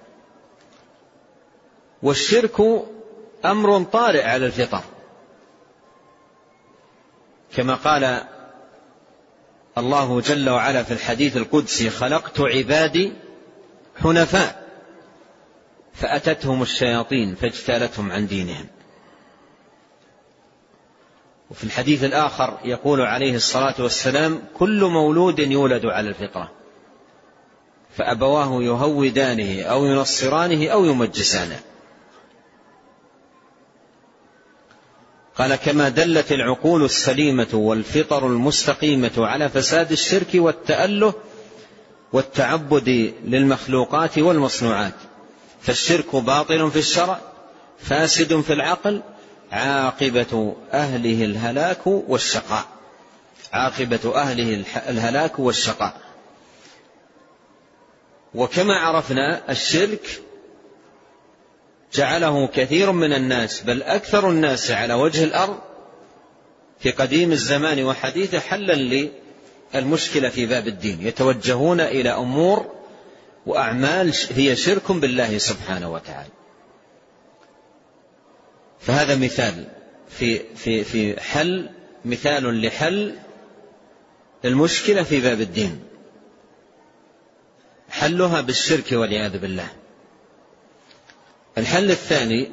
والشرك أمر طارئ على الفطر، كما قال الله جل وعلا في الحديث القدسي خلقت عبادي حنفاء فأتتهم الشياطين فاجتالتهم عن دينهم. وفي الحديث الآخر يقول عليه الصلاة والسلام كل مولود يولد على الفطرة فأبواه يهودانه أو ينصرانه أو يمجسانه. قال كما دلت العقول السليمة والفطر المستقيمة على فساد الشرك والتأله والتعبد للمخلوقات والمصنوعات. فالشرك باطل في الشرع فاسد في العقل عاقبة أهله الهلاك والشقاء، عاقبة أهله الهلاك والشقاء. وكما عرفنا الشرك جعله كثير من الناس بل أكثر الناس على وجه الأرض في قديم الزمان وحديثه حلا للمشكلة في باب الدين، يتوجهون إلى أمور وأعمال هي شرك بالله سبحانه وتعالى. فهذا مثال في في في حل مثال لحل المشكلة في باب الدين، حلها بالشرك والعياذ بالله. الحل الثاني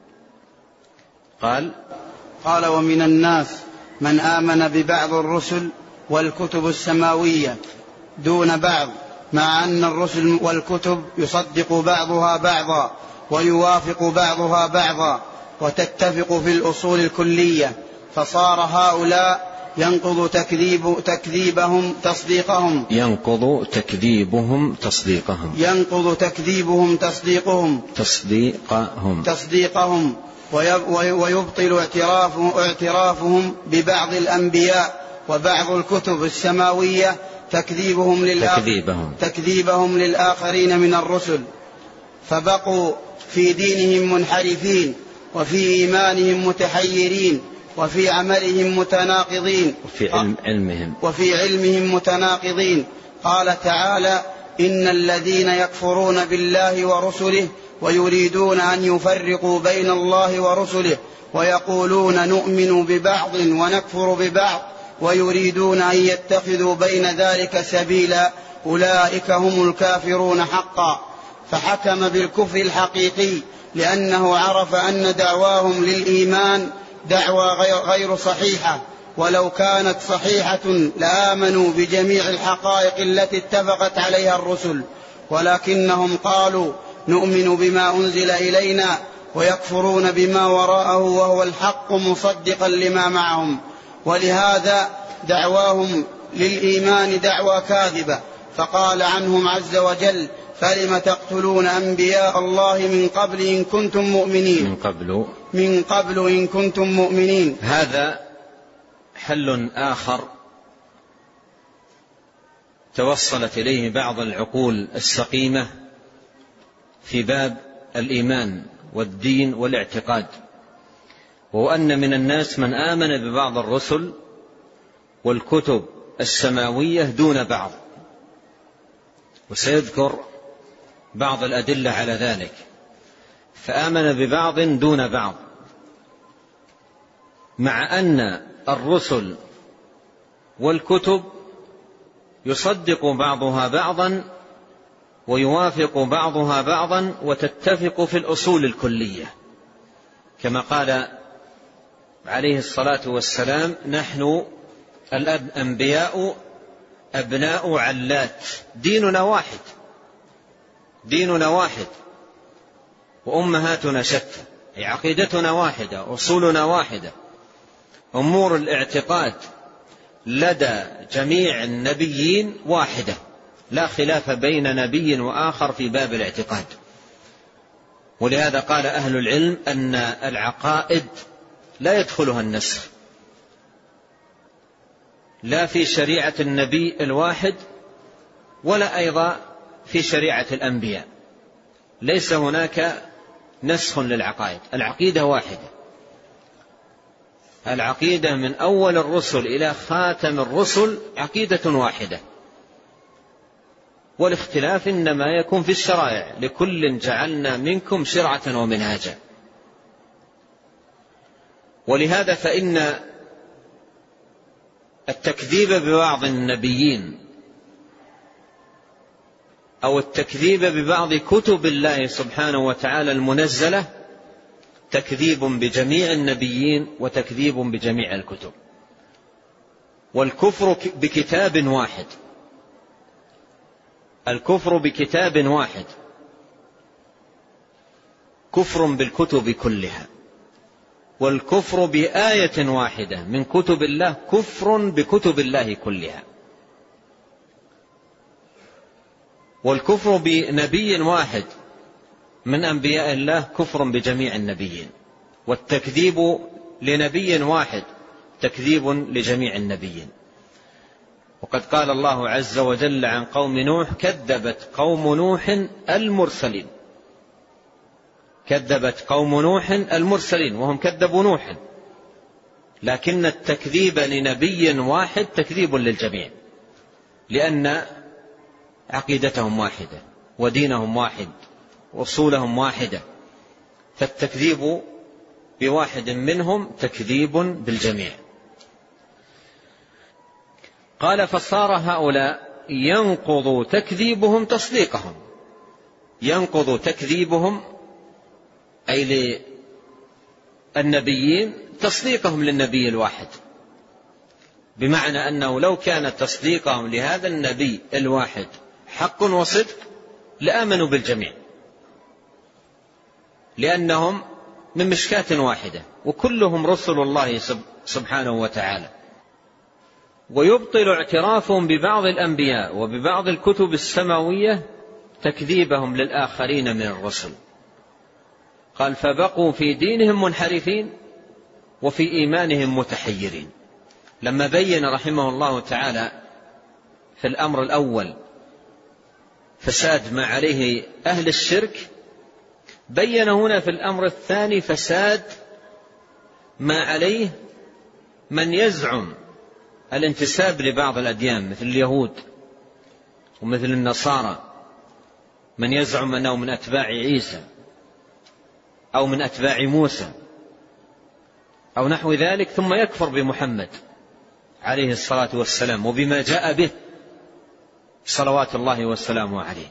قال قال ومن الناس من آمن ببعض الرسل والكتب السماوية دون بعض، مع أن الرسل والكتب يصدق بعضها بعضا ويوافق بعضها بعضا وتتفق في الأصول الكلية، فصار هؤلاء ينقض تكذيب تكذيبهم تصديقهم ينقض تكذيبهم تصديقهم ينقض تكذيبهم تصديقهم تصديقهم تصديقهم ويبطل اعترافهم ببعض الأنبياء وبعض الكتب السماوية تكذيبهم للآخرين, تكذيبهم للآخرين من الرسل، فبقوا في دينهم منحرفين وفي إيمانهم متحيرين وفي عملهم متناقضين وفي علم علمهم وفي علمهم متناقضين. قال تعالى: إن الذين يكفرون بالله ورسله ويريدون أن يفرقوا بين الله ورسله ويقولون نؤمن ببعض ونكفر ببعض ويريدون أن يتخذوا بين ذلك سبيلا أولئك هم الكافرون حقا. فحكم بالكفر الحقيقي لأنه عرف أن دعواهم للإيمان دعوى غير صحيحة، ولو كانت صحيحة لآمنوا بجميع الحقائق التي اتفقت عليها الرسل، ولكنهم قالوا نؤمن بما أنزل إلينا ويكفرون بما وراءه وهو الحق مصدقا لما معهم، ولهذا دعواهم للإيمان دعوى كاذبة. فقال عنهم عز وجل: فلم تقتلون أنبياء الله من قبل إن كنتم مؤمنين من قبل من قبل إن كنتم مؤمنين. هذا حل آخر توصلت إليه بعض العقول السقيمة في باب الإيمان والدين والاعتقاد، وهو أن من الناس من آمن ببعض الرسل والكتب السماوية دون بعض، وسيذكر بعض الأدلة على ذلك. فآمن ببعض دون بعض، مع أن الرسل والكتب يصدق بعضها بعضا ويوافق بعضها بعضا وتتفق في الأصول الكلية، كما قال عليه الصلاة والسلام: نحن الأنبياء أبناء علات، ديننا واحد ديننا واحد وأمهاتنا شتى، عقيدتنا واحدة، أصولنا واحدة، أمور الاعتقاد لدى جميع النبيين واحدة، لا خلاف بين نبي وآخر في باب الاعتقاد. ولهذا قال أهل العلم أن العقائد لا يدخلها النسخ، لا في شريعة النبي الواحد ولا أيضا في شريعة الأنبياء، ليس هناك نسخ للعقائد، العقيدة واحدة، العقيدة من أول الرسل إلى خاتم الرسل عقيدة واحدة، والاختلاف إنما يكون في الشرائع، لكل جعلنا منكم شرعة ومنهاجا. ولهذا فإن التكذيب ببعض النبيين أو التكذيب ببعض كتب الله سبحانه وتعالى المنزلة تكذيب بجميع النبيين وتكذيب بجميع الكتب. والكفر بكتاب واحد الكفر بكتاب واحد كفر بالكتب كلها، والكفر بآية واحدة من كتب الله كفر بكتب الله كلها، والكفر بنبي واحد من أنبياء الله كفر بجميع النبيين، والتكذيب لنبي واحد تكذيب لجميع النبيين. وقد قال الله عز وجل عن قوم نوح: كذبت قوم نوح المرسلين. كذبت قوم نوح المرسلين، وهم كذبوا نوحا، لكن التكذيب لنبي واحد تكذيب للجميع، لأن عقيدتهم واحدة ودينهم واحد وأصولهم واحدة، فالتكذيب بواحد منهم تكذيب بالجميع. قال: فصار هؤلاء ينقض تكذيبهم تصديقهم. ينقض تكذيبهم أي للنبيين تصديقهم للنبي الواحد، بمعنى أنه لو كان تصديقهم لهذا النبي الواحد حق وصدق لآمنوا بالجميع، لأنهم من مشكاة واحدة وكلهم رسل الله سبحانه وتعالى. ويبطل اعترافهم ببعض الأنبياء وببعض الكتب السماوية تكذيبهم للآخرين من الرسل. قال: فبقوا في دينهم منحرفين وفي إيمانهم متحيرين. لما بين رحمه الله تعالى في الأمر الأول فساد ما عليه أهل الشرك، بين هنا في الأمر الثاني فساد ما عليه من يزعم الانتساب لبعض الأديان مثل اليهود ومثل النصارى، من يزعم أنه من أتباع عيسى أو من أتباع موسى أو نحو ذلك، ثم يكفر بمحمد عليه الصلاة والسلام وبما جاء به صلوات الله والسلام عليه.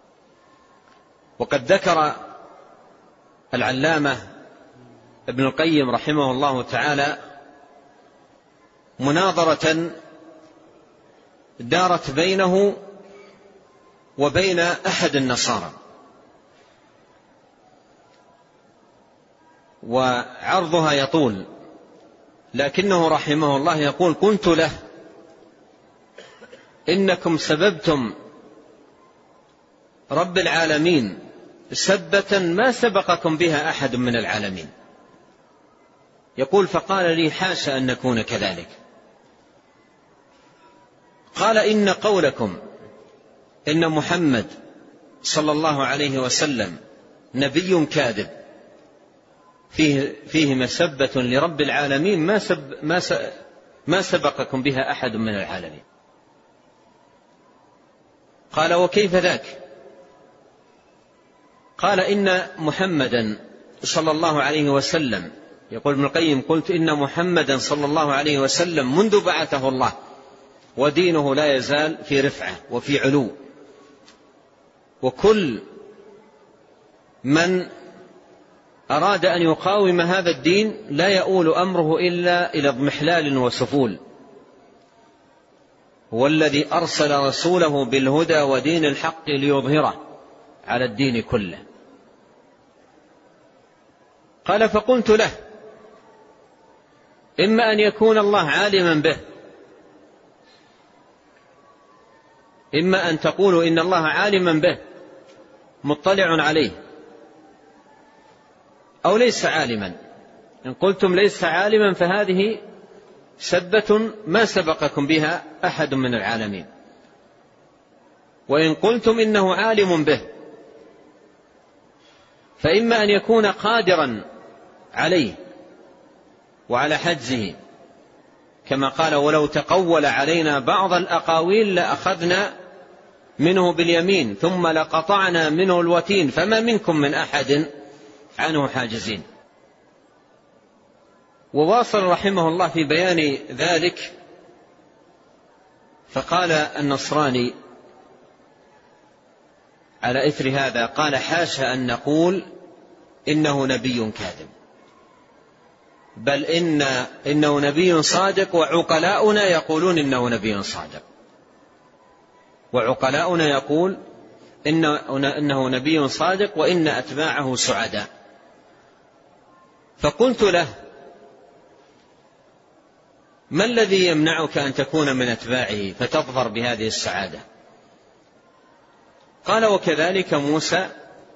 وقد ذكر العلامة ابن القيم رحمه الله تعالى مناظرة دارت بينه وبين أحد النصارى، وعرضها يطول، لكنه رحمه الله يقول: قلت له: إنكم سببتم رب العالمين سبة ما سبقكم بها أحد من العالمين. يقول: فقال لي: حاشا أن نكون كذلك. قال: إن قولكم إن محمد صلى الله عليه وسلم نبي كاذب فيه, فيه مسبة لرب العالمين ما, سب ما, ما سبقكم بها أحد من العالمين. قال: وكيف ذاك؟ قال: إن محمدا صلى الله عليه وسلم، يقول ابن القيم: قلت إن محمدا صلى الله عليه وسلم منذ بعثه الله ودينه لا يزال في رفعة وفي علو، وكل من أراد أن يقاوم هذا الدين لا يؤول أمره إلا إلى اضمحلال وسفول. هو الذي أرسل رسوله بالهدى ودين الحق ليظهره على الدين كله. قال: فقلت له: إما أن يكون الله عالما به، إما أن تقولوا إن الله عالما به مطلع عليه، أو ليس عالما. إن قلتم ليس عالما فهذه سبة ما سبقكم بها أحد من العالمين، وإن قلتم إنه عالم به فإما أن يكون قادرا عليه وعلى حجزه، كما قال: ولو تقول علينا بعض الأقاويل لأخذنا منه باليمين ثم لقطعنا منه الوتين فما منكم من أحد عنه حاجزين. وواصل رحمه الله في بيان ذلك فقال النصراني على إثر هذا: قال: حاشا أن نقول إنه نبي كاذب، بل إن إنه نبي صادق، وعقلاؤنا يقولون إنه نبي صادق، وعقلاؤنا يقول إنه نبي صادق وإن أتباعه سعداء. فقلت له: ما الذي يمنعك أن تكون من أتباعه فتظفر بهذه السعادة؟ قال: وكذلك موسى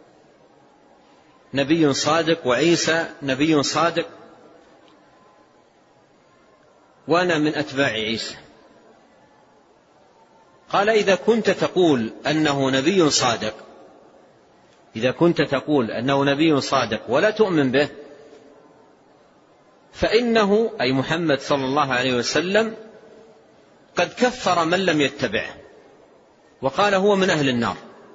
نبي صادق، وعيسى نبي صادق، وأنا من أتباع عيسى. قال إذا كنت تقول أنه نبي صادق إذا كنت تقول أنه نبي صادق ولا تؤمن به، فإنه أي محمد صلى الله عليه وسلم قد كفر من لم يتبعه وقال هو من أهل النار،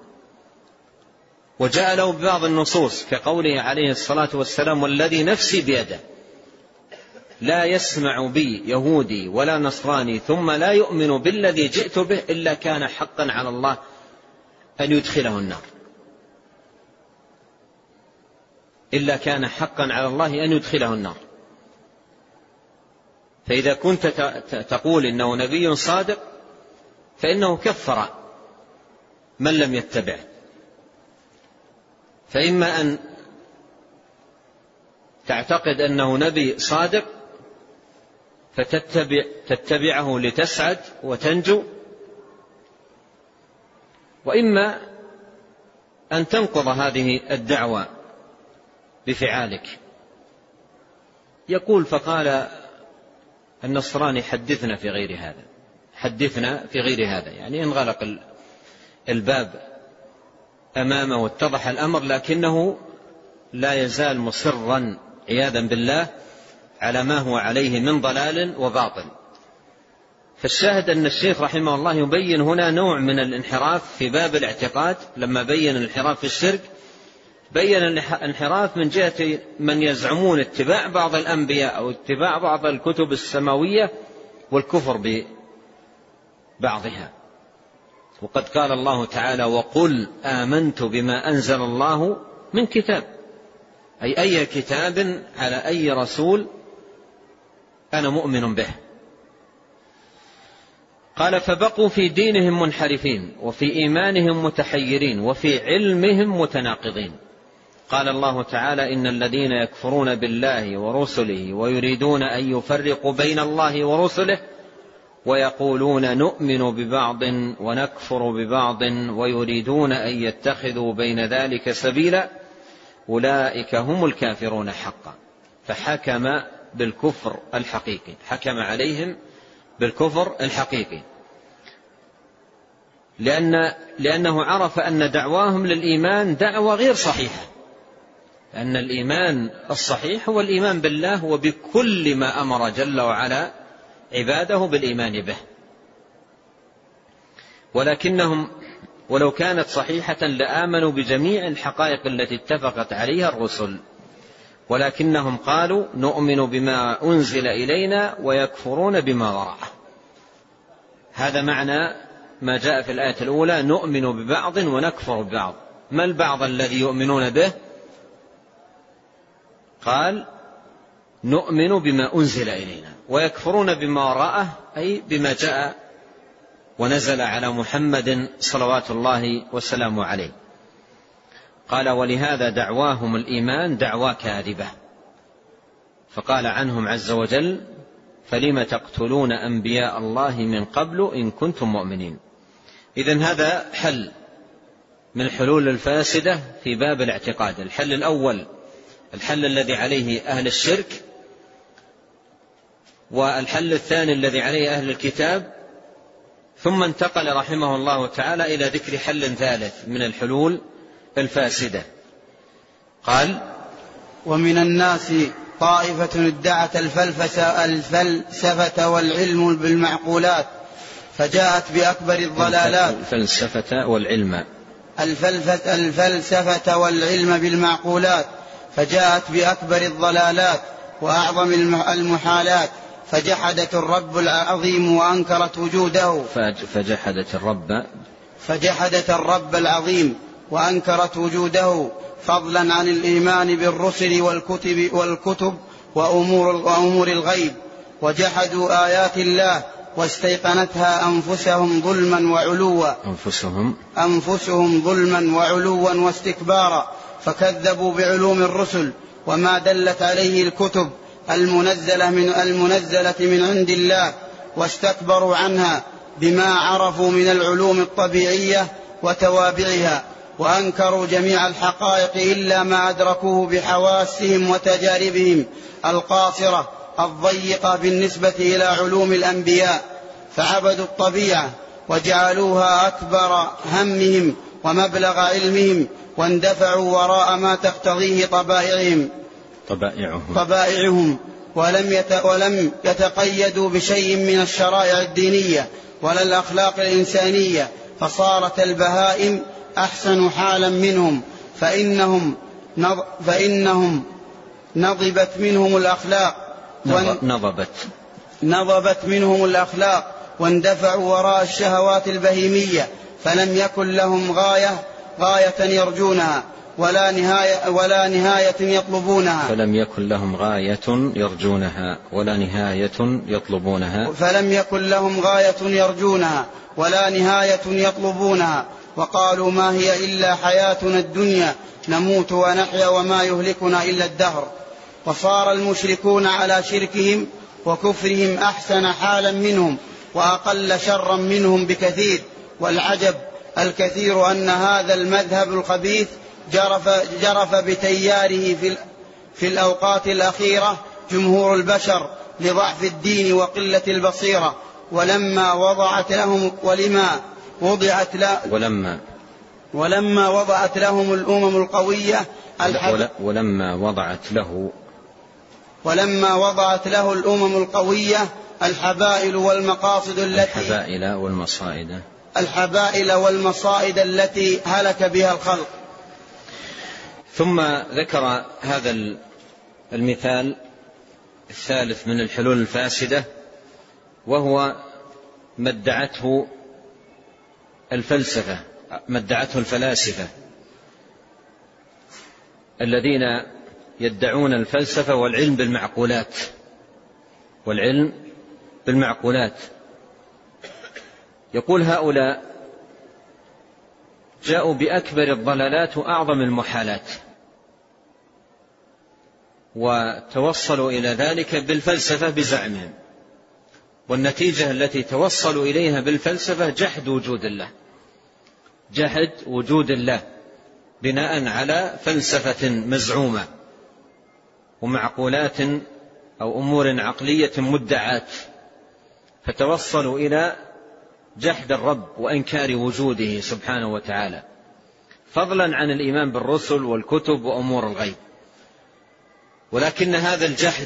وجاء له ببعض النصوص كقوله عليه الصلاة والسلام والذي نفسي بيده لا يسمع بي يهودي ولا نصراني ثم لا يؤمن بالذي جئت به إلا كان حقا على الله أن يدخله النار إلا كان حقا على الله أن يدخله النار. فإذا كنت تقول إنه نبي صادق فإنه كفر من لم يتبعه، فإما أن تعتقد أنه نبي صادق فتتبع تتبعه لتسعد وتنجو، وإما أن تنقض هذه الدعوة بفعالك. يقول فقال النصراني حدثنا في غير هذا حدثنا في غير هذا يعني انغلق الباب أمامه واتضح الأمر، لكنه لا يزال مصرا عياذا بالله على ما هو عليه من ضلال وباطل. فالشاهد أن الشيخ رحمه الله يبين هنا نوع من الانحراف في باب الاعتقاد. لما بين الانحراف في الشرك بين الانحراف من جهة من يزعمون اتباع بعض الأنبياء أو اتباع بعض الكتب السماوية والكفر ببعضها. وقد قال الله تعالى وقل آمنت بما أنزل الله من كتاب، أي أي كتاب على أي رسول أنا مؤمن به. قال فبقوا في دينهم منحرفين وفي إيمانهم متحيرين وفي علمهم متناقضين. قال الله تعالى إن الذين يكفرون بالله ورسله ويريدون أن يفرقوا بين الله ورسله ويقولون نؤمن ببعض ونكفر ببعض ويريدون أن يتخذوا بين ذلك سبيلا أولئك هم الكافرون حقا. فحكم بالكفر الحقيقي، حكم عليهم بالكفر الحقيقي، لأن لأنه عرف أن دعواهم للإيمان دعوة غير صحيحة، أن الإيمان الصحيح هو الإيمان بالله وبكل ما أمر جل وعلا عباده بالإيمان به. ولكنهم ولو كانت صحيحة لآمنوا بجميع الحقائق التي اتفقت عليها الرسل، ولكنهم قالوا نؤمن بما أنزل إلينا ويكفرون بما وراءه. هذا معنى ما جاء في الآية الأولى نؤمن ببعض ونكفر ببعض. ما البعض الذي يؤمنون به؟ قال نؤمن بما أنزل إلينا ويكفرون بما وراءه أي بما جاء ونزل على محمد صلوات الله وسلامه عليه. قال ولهذا دعواهم الإيمان دعوى كاذبة، فقال عنهم عز وجل فلم تقتلون أنبياء الله من قبل إن كنتم مؤمنين. إذن هذا حل من الحلول الفاسدة في باب الاعتقاد. الحل الأول الحل الذي عليه أهل الشرك، والحل الثاني الذي عليه أهل الكتاب، ثم انتقل رحمه الله تعالى إلى ذكر حل ثالث من الحلول الفاسدة. قال ومن الناس طائفة ادعت الفلسفة والعلم بالمعقولات فجاءت بأكبر الضلالات. الفلسفة والعلم الفلسفة والعلم بالمعقولات فجاءت بأكبر الضلالات وأعظم المحالات، فجحدت الرب العظيم وأنكرت وجوده فجحدت الرب فجحدت الرب العظيم وأنكرت وجوده فضلا عن الإيمان بالرسل والكتب, والكتب وأمور, وأمور الغيب، وجحدوا آيات الله واستيقنتها أنفسهم ظلما وعلوا أنفسهم, أنفسهم ظلما وعلوا واستكبارا، فكذبوا بعلوم الرسل وما دلت عليه الكتب المنزلة من, المنزلة من عند الله، واستكبروا عنها بما عرفوا من العلوم الطبيعية وتوابعها، وأنكروا جميع الحقائق إلا ما أدركوه بحواسهم وتجاربهم القاصرة الضيقة بالنسبة إلى علوم الأنبياء، فعبدوا الطبيعة وجعلوها أكبر همهم ومبلغ علمهم، واندفعوا وراء ما تقتضيه طبائعهم طبائعهم, طبائعهم ولم, يت ولم يتقيدوا بشيء من الشرائع الدينية ولا الأخلاق الإنسانية، فصارت البهائم أحسن حالا منهم، فإنهم, نض فإنهم نضبت منهم الأخلاق نضبت نضبت منهم الأخلاق واندفعوا وراء الشهوات البهيمية، فلم يكن لهم غاية غاية يرجونها ولا نهاية, ولا نهاية يطلبونها فلم يكن لهم غاية يرجونها ولا نهاية يطلبونها فلم يكن لهم غاية يرجونها ولا نهاية يطلبونها وقالوا ما هي إلا حياتنا الدنيا نموت ونحيا وما يهلكنا إلا الدهر. وصار المشركون على شركهم وكفرهم أحسن حالا منهم وأقل شرا منهم بكثير. والعجب الكثير أن هذا المذهب الخبيث جرف, جرف بتياره في, في الأوقات الأخيرة جمهور البشر لضعف الدين وقلة البصيرة، ولما وضعت لهم ولما وضعت لا ولما ولما وضعت لهم الأمم القوية ولما وضعت له ولما وضعت له الأمم القوية الحبائل والمقاصد التي الحبائل والمصائد الحبائل والمصائد التي هلك بها الخلق. ثم ذكر هذا المثال الثالث من الحلول الفاسدة، وهو ما ادعته الفلسفة ما ادعته الفلاسفة الذين يدعون الفلسفة والعلم بالمعقولات والعلم بالمعقولات. يقول هؤلاء جاءوا بأكبر الضلالات وأعظم المحالات، وتوصلوا إلى ذلك بالفلسفة بزعمهم، والنتيجة التي توصلوا إليها بالفلسفة جحد وجود الله جحد وجود الله بناء على فلسفة مزعومة ومعقولات أو أمور عقلية مدعاة، فتوصلوا إلى جحد الرب وإنكار وجوده سبحانه وتعالى، فضلا عن الإيمان بالرسل والكتب وأمور الغيب. ولكن هذا الجحد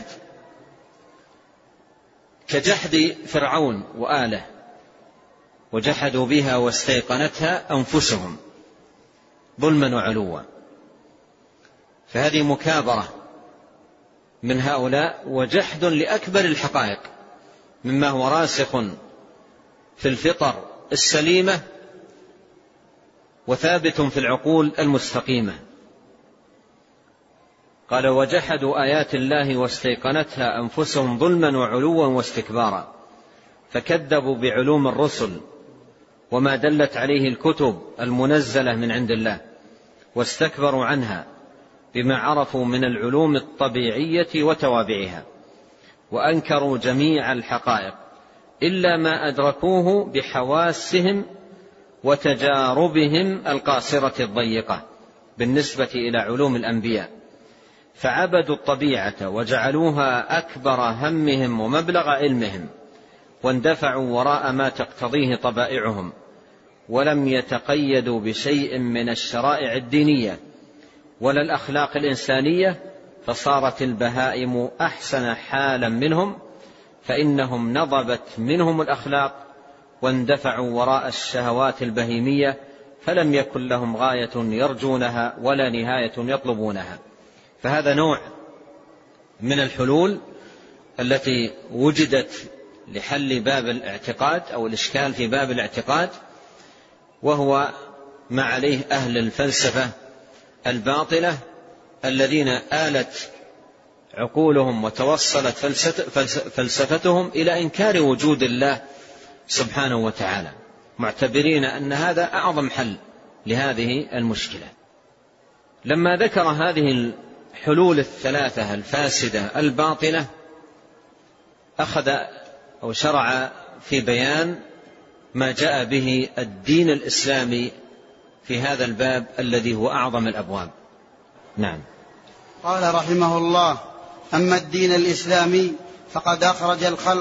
كجحد فرعون وآله، وجحدوا بها واستيقنتها أنفسهم ظلما وعلوا، فهذه مكابرة من هؤلاء وجحد لأكبر الحقائق مما هو راسخ في الفطر السليمة وثابت في العقول المستقيمة. قال وجحدوا آيات الله واستيقنتها أنفسهم ظلما وعلوا واستكبارا، فكذبوا بعلوم الرسل وما دلت عليه الكتب المنزلة من عند الله، واستكبروا عنها بما عرفوا من العلوم الطبيعية وتوابعها، وأنكروا جميع الحقائق إلا ما أدركوه بحواسهم وتجاربهم القاصرة الضيقة بالنسبة إلى علوم الأنبياء، فعبدوا الطبيعة وجعلوها أكبر همهم ومبلغ علمهم، واندفعوا وراء ما تقتضيه طبائعهم، ولم يتقيدوا بشيء من الشرائع الدينية ولا الأخلاق الإنسانية، فصارت البهائم أحسن حالا منهم، فإنهم نضبت منهم الأخلاق واندفعوا وراء الشهوات البهيمية، فلم يكن لهم غاية يرجونها ولا نهاية يطلبونها. فهذا نوع من الحلول التي وجدت لحل باب الاعتقاد أو الإشكال في باب الاعتقاد، وهو ما عليه أهل الفلسفة الباطلة الذين آلت عقولهم وتوصلت فلسفتهم إلى إنكار وجود الله سبحانه وتعالى، معتبرين أن هذا أعظم حل لهذه المشكلة. لما ذكر هذه الحلول الثلاثة الفاسدة الباطلة، أخذ أو شرع في بيان ما جاء به الدين الإسلامي في هذا الباب الذي هو أعظم الأبواب. نعم. قال رحمه الله: أما الدين الإسلامي فقد أخرج الخلق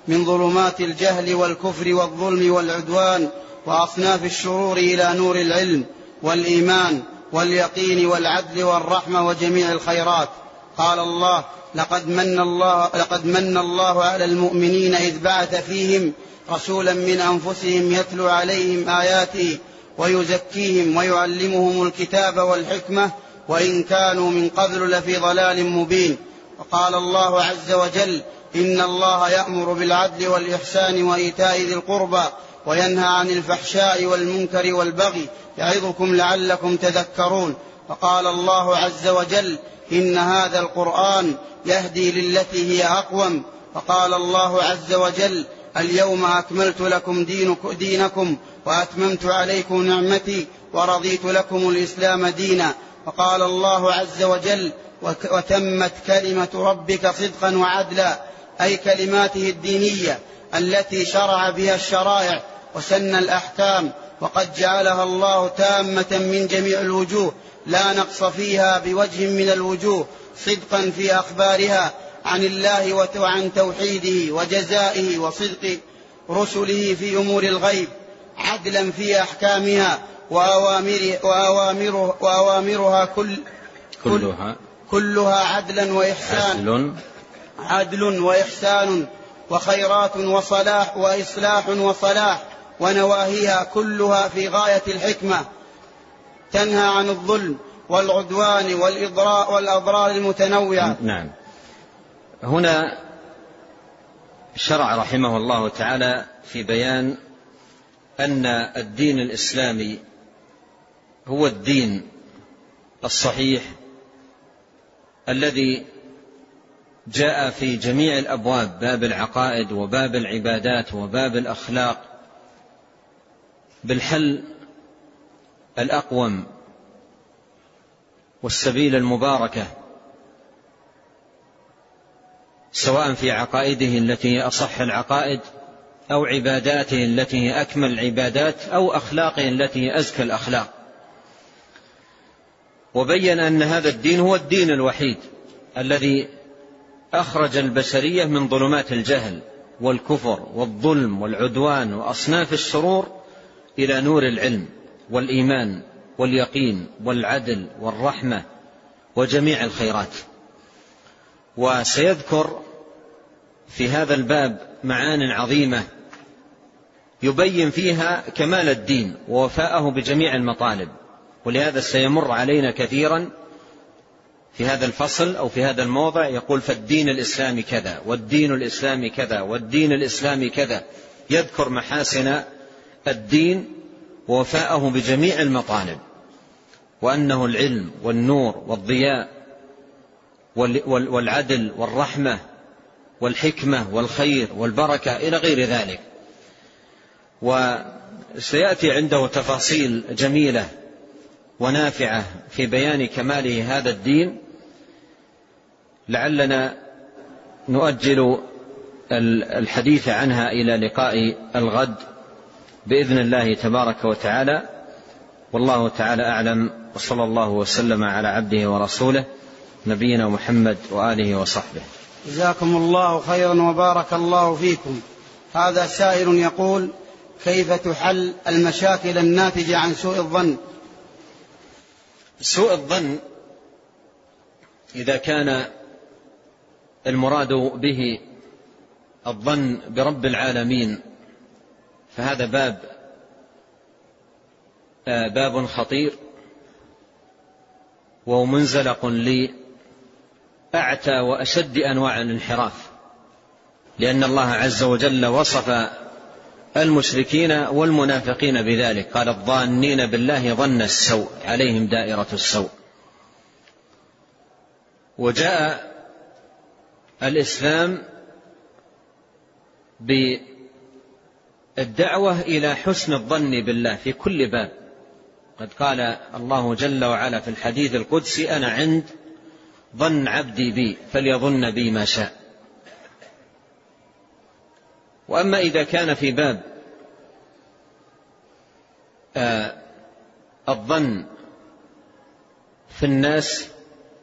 من ظلمات الجهل والكفر والظلم والعدوان وأصناف الشرور إلى نور العلم والإيمان واليقين والعدل والرحمة وجميع الخيرات. قال الله: لقد من الله, لقد من الله على المؤمنين إذ بعث فيهم رسولا من أنفسهم يتلو عليهم آياته ويزكيهم ويعلمهم الكتاب والحكمة وإن كانوا من قبل لفي ضلال مبين. وقال الله عز وجل: إن الله يأمر بالعدل والإحسان وإيتاء ذي القربى وينهى عن الفحشاء والمنكر والبغي يعظكم لعلكم تذكرون. وقال الله عز وجل: إن هذا القرآن يهدي للتي هي أقوم. وقال الله عز وجل: اليوم أكملت لكم دينكم وأتممت عليكم نعمتي ورضيت لكم الإسلام دينا. وقال الله عز وجل: وتمت كلمة ربك صدقا وعدلا، أي كلماته الدينية التي شرع بها الشرائع وسن الأحكام، وقد جعلها الله تامة من جميع الوجوه لا نقص فيها بوجه من الوجوه، صدقا في أخبارها عن الله وعن توحيده وجزائه وصدق رسله في أمور الغيب، عدلا في أحكامها وأوامره وأوامره وأوامرها كل كلها كلها عدلا وإحسان عدل, عدل وإحسان وخيرات وصلاح وإصلاح وصلاح، ونواهيها كلها في غاية الحكمة، تنهى عن الظلم والعدوان والإضراء والأضرار المتنوعة. نعم. هنا شرع رحمه الله تعالى في بيان أن الدين الإسلامي هو الدين الصحيح الذي جاء في جميع الأبواب، باب العقائد وباب العبادات وباب الأخلاق، بالحل الأقوم والسبيل المباركة، سواء في عقائده التي هي أصح العقائد أو عباداته التي هي أكمل العبادات أو أخلاقه التي هي أزكى الأخلاق. وبين أن هذا الدين هو الدين الوحيد الذي أخرج البشرية من ظلمات الجهل والكفر والظلم والعدوان وأصناف الشرور إلى نور العلم والإيمان واليقين والعدل والرحمة وجميع الخيرات. وسيذكر في هذا الباب معان عظيمة يبين فيها كمال الدين ووفاءه بجميع المطالب، ولهذا سيمر علينا كثيرا في هذا الفصل أو في هذا الموضع يقول: فالدين الإسلامي كذا والدين الإسلامي كذا والدين الإسلامي كذا، يذكر محاسن الدين ووفاءه بجميع المطالب، وأنه العلم والنور والضياء والعدل والرحمة والحكمة والخير والبركة إلى غير ذلك. وسيأتي عنده تفاصيل جميلة ونافعة في بيان كماله هذا الدين، لعلنا نؤجل الحديث عنها إلى لقاء الغد بإذن الله تبارك وتعالى. والله تعالى أعلم، وصلى الله وسلم على عبده ورسوله نبينا محمد وآله وصحبه. جزاكم الله خيرا وبارك الله فيكم. هذا سائل يقول: كيف تحل المشاكل الناتجة عن سوء الظن؟ سوء الظن إذا كان المراد به الظن برب العالمين فهذا باب باب خطير ومنزلق لأعتى وأشد أنواع الانحراف، لأن الله عز وجل وصف المشركين والمنافقين بذلك، قال: الظانين بالله ظن السوء عليهم دائرة السوء. وجاء الإسلام بالدعوة إلى حسن الظن بالله في كل باب. قد قال الله جل وعلا في الحديث القدسي: أنا عند ظن عبدي بي فليظن بي ما شاء. وأما إذا كان في باب آه الظن في الناس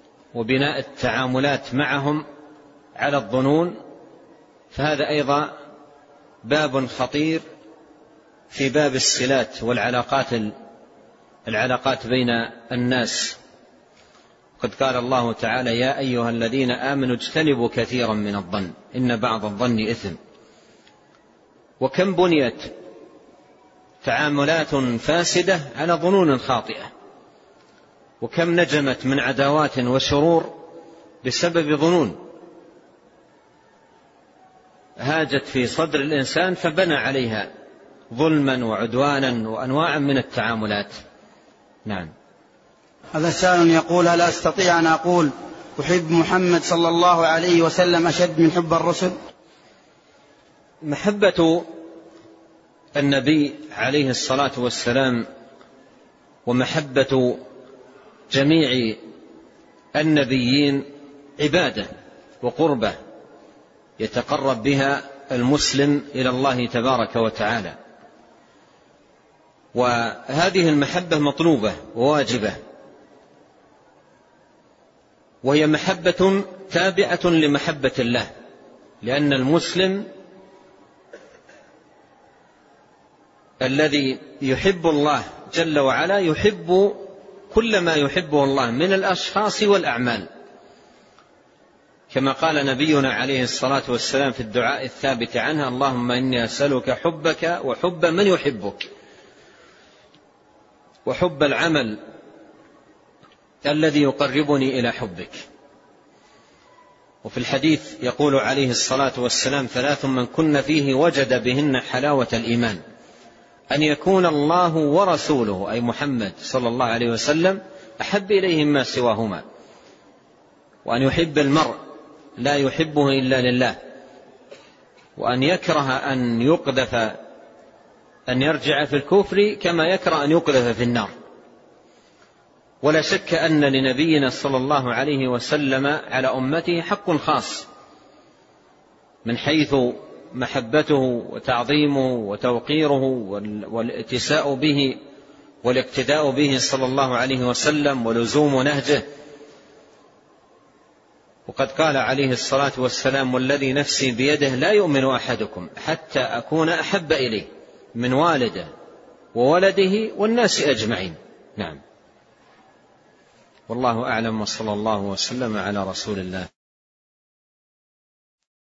وبناء التعاملات معهم على الظنون، فهذا أيضا باب خطير في باب الصلات والعلاقات العلاقات بين الناس. قد قال الله تعالى: يا أيها الذين آمنوا اجتنبوا كثيرا من الظن إن بعض الظن إثم. وكم بنيت تعاملات فاسدة على ظنون خاطئة، وكم نجمت من عداوات وشرور بسبب ظنون هاجت في صدر الإنسان فبنى عليها ظلما وعدوانا وأنواعا من التعاملات. نعم. هذا سائل يقول: هل أستطيع أن أقول أحب محمد صلى الله عليه وسلم أشد من حب الرسل؟ محبة النبي عليه الصلاة والسلام ومحبة جميع النبيين عبادة وقربة يتقرب بها المسلم إلى الله تبارك وتعالى، وهذه المحبة مطلوبة وواجبة، وهي محبة تابعة لمحبة الله، لأن المسلم الذي يحب الله جل وعلا يحب كل ما يحبه الله من الأشخاص والأعمال، كما قال نبينا عليه الصلاة والسلام في الدعاء الثابت عنها: اللهم إني أسألك حبك وحب من يحبك، وحب العمل الذي يقربني إلى حبك. وفي الحديث يقول عليه الصلاة والسلام: ثلاث من كن فيه وجد بهن حلاوة الإيمان: أن يكون الله ورسوله أي محمد صلى الله عليه وسلم أحب إليه ما سواهما، وأن يحب المرء لا يحبه إلا لله، وأن يكره أن يقذف أن يرجع في الكفر كما يكره أن يقذف في النار. ولا شك أن لنبينا صلى الله عليه وسلم على أمته حق خاص من حيث محبته وتعظيمه وتوقيره والاتساء به والاقتداء به صلى الله عليه وسلم ولزوم نهجه. وقد قال عليه الصلاة والسلام: والذي نفسي بيده لا يؤمن أحدكم حتى أكون أحب إليه من والده وولده والناس أجمعين. نعم. والله أعلم، وصلى الله وسلم على رسول الله.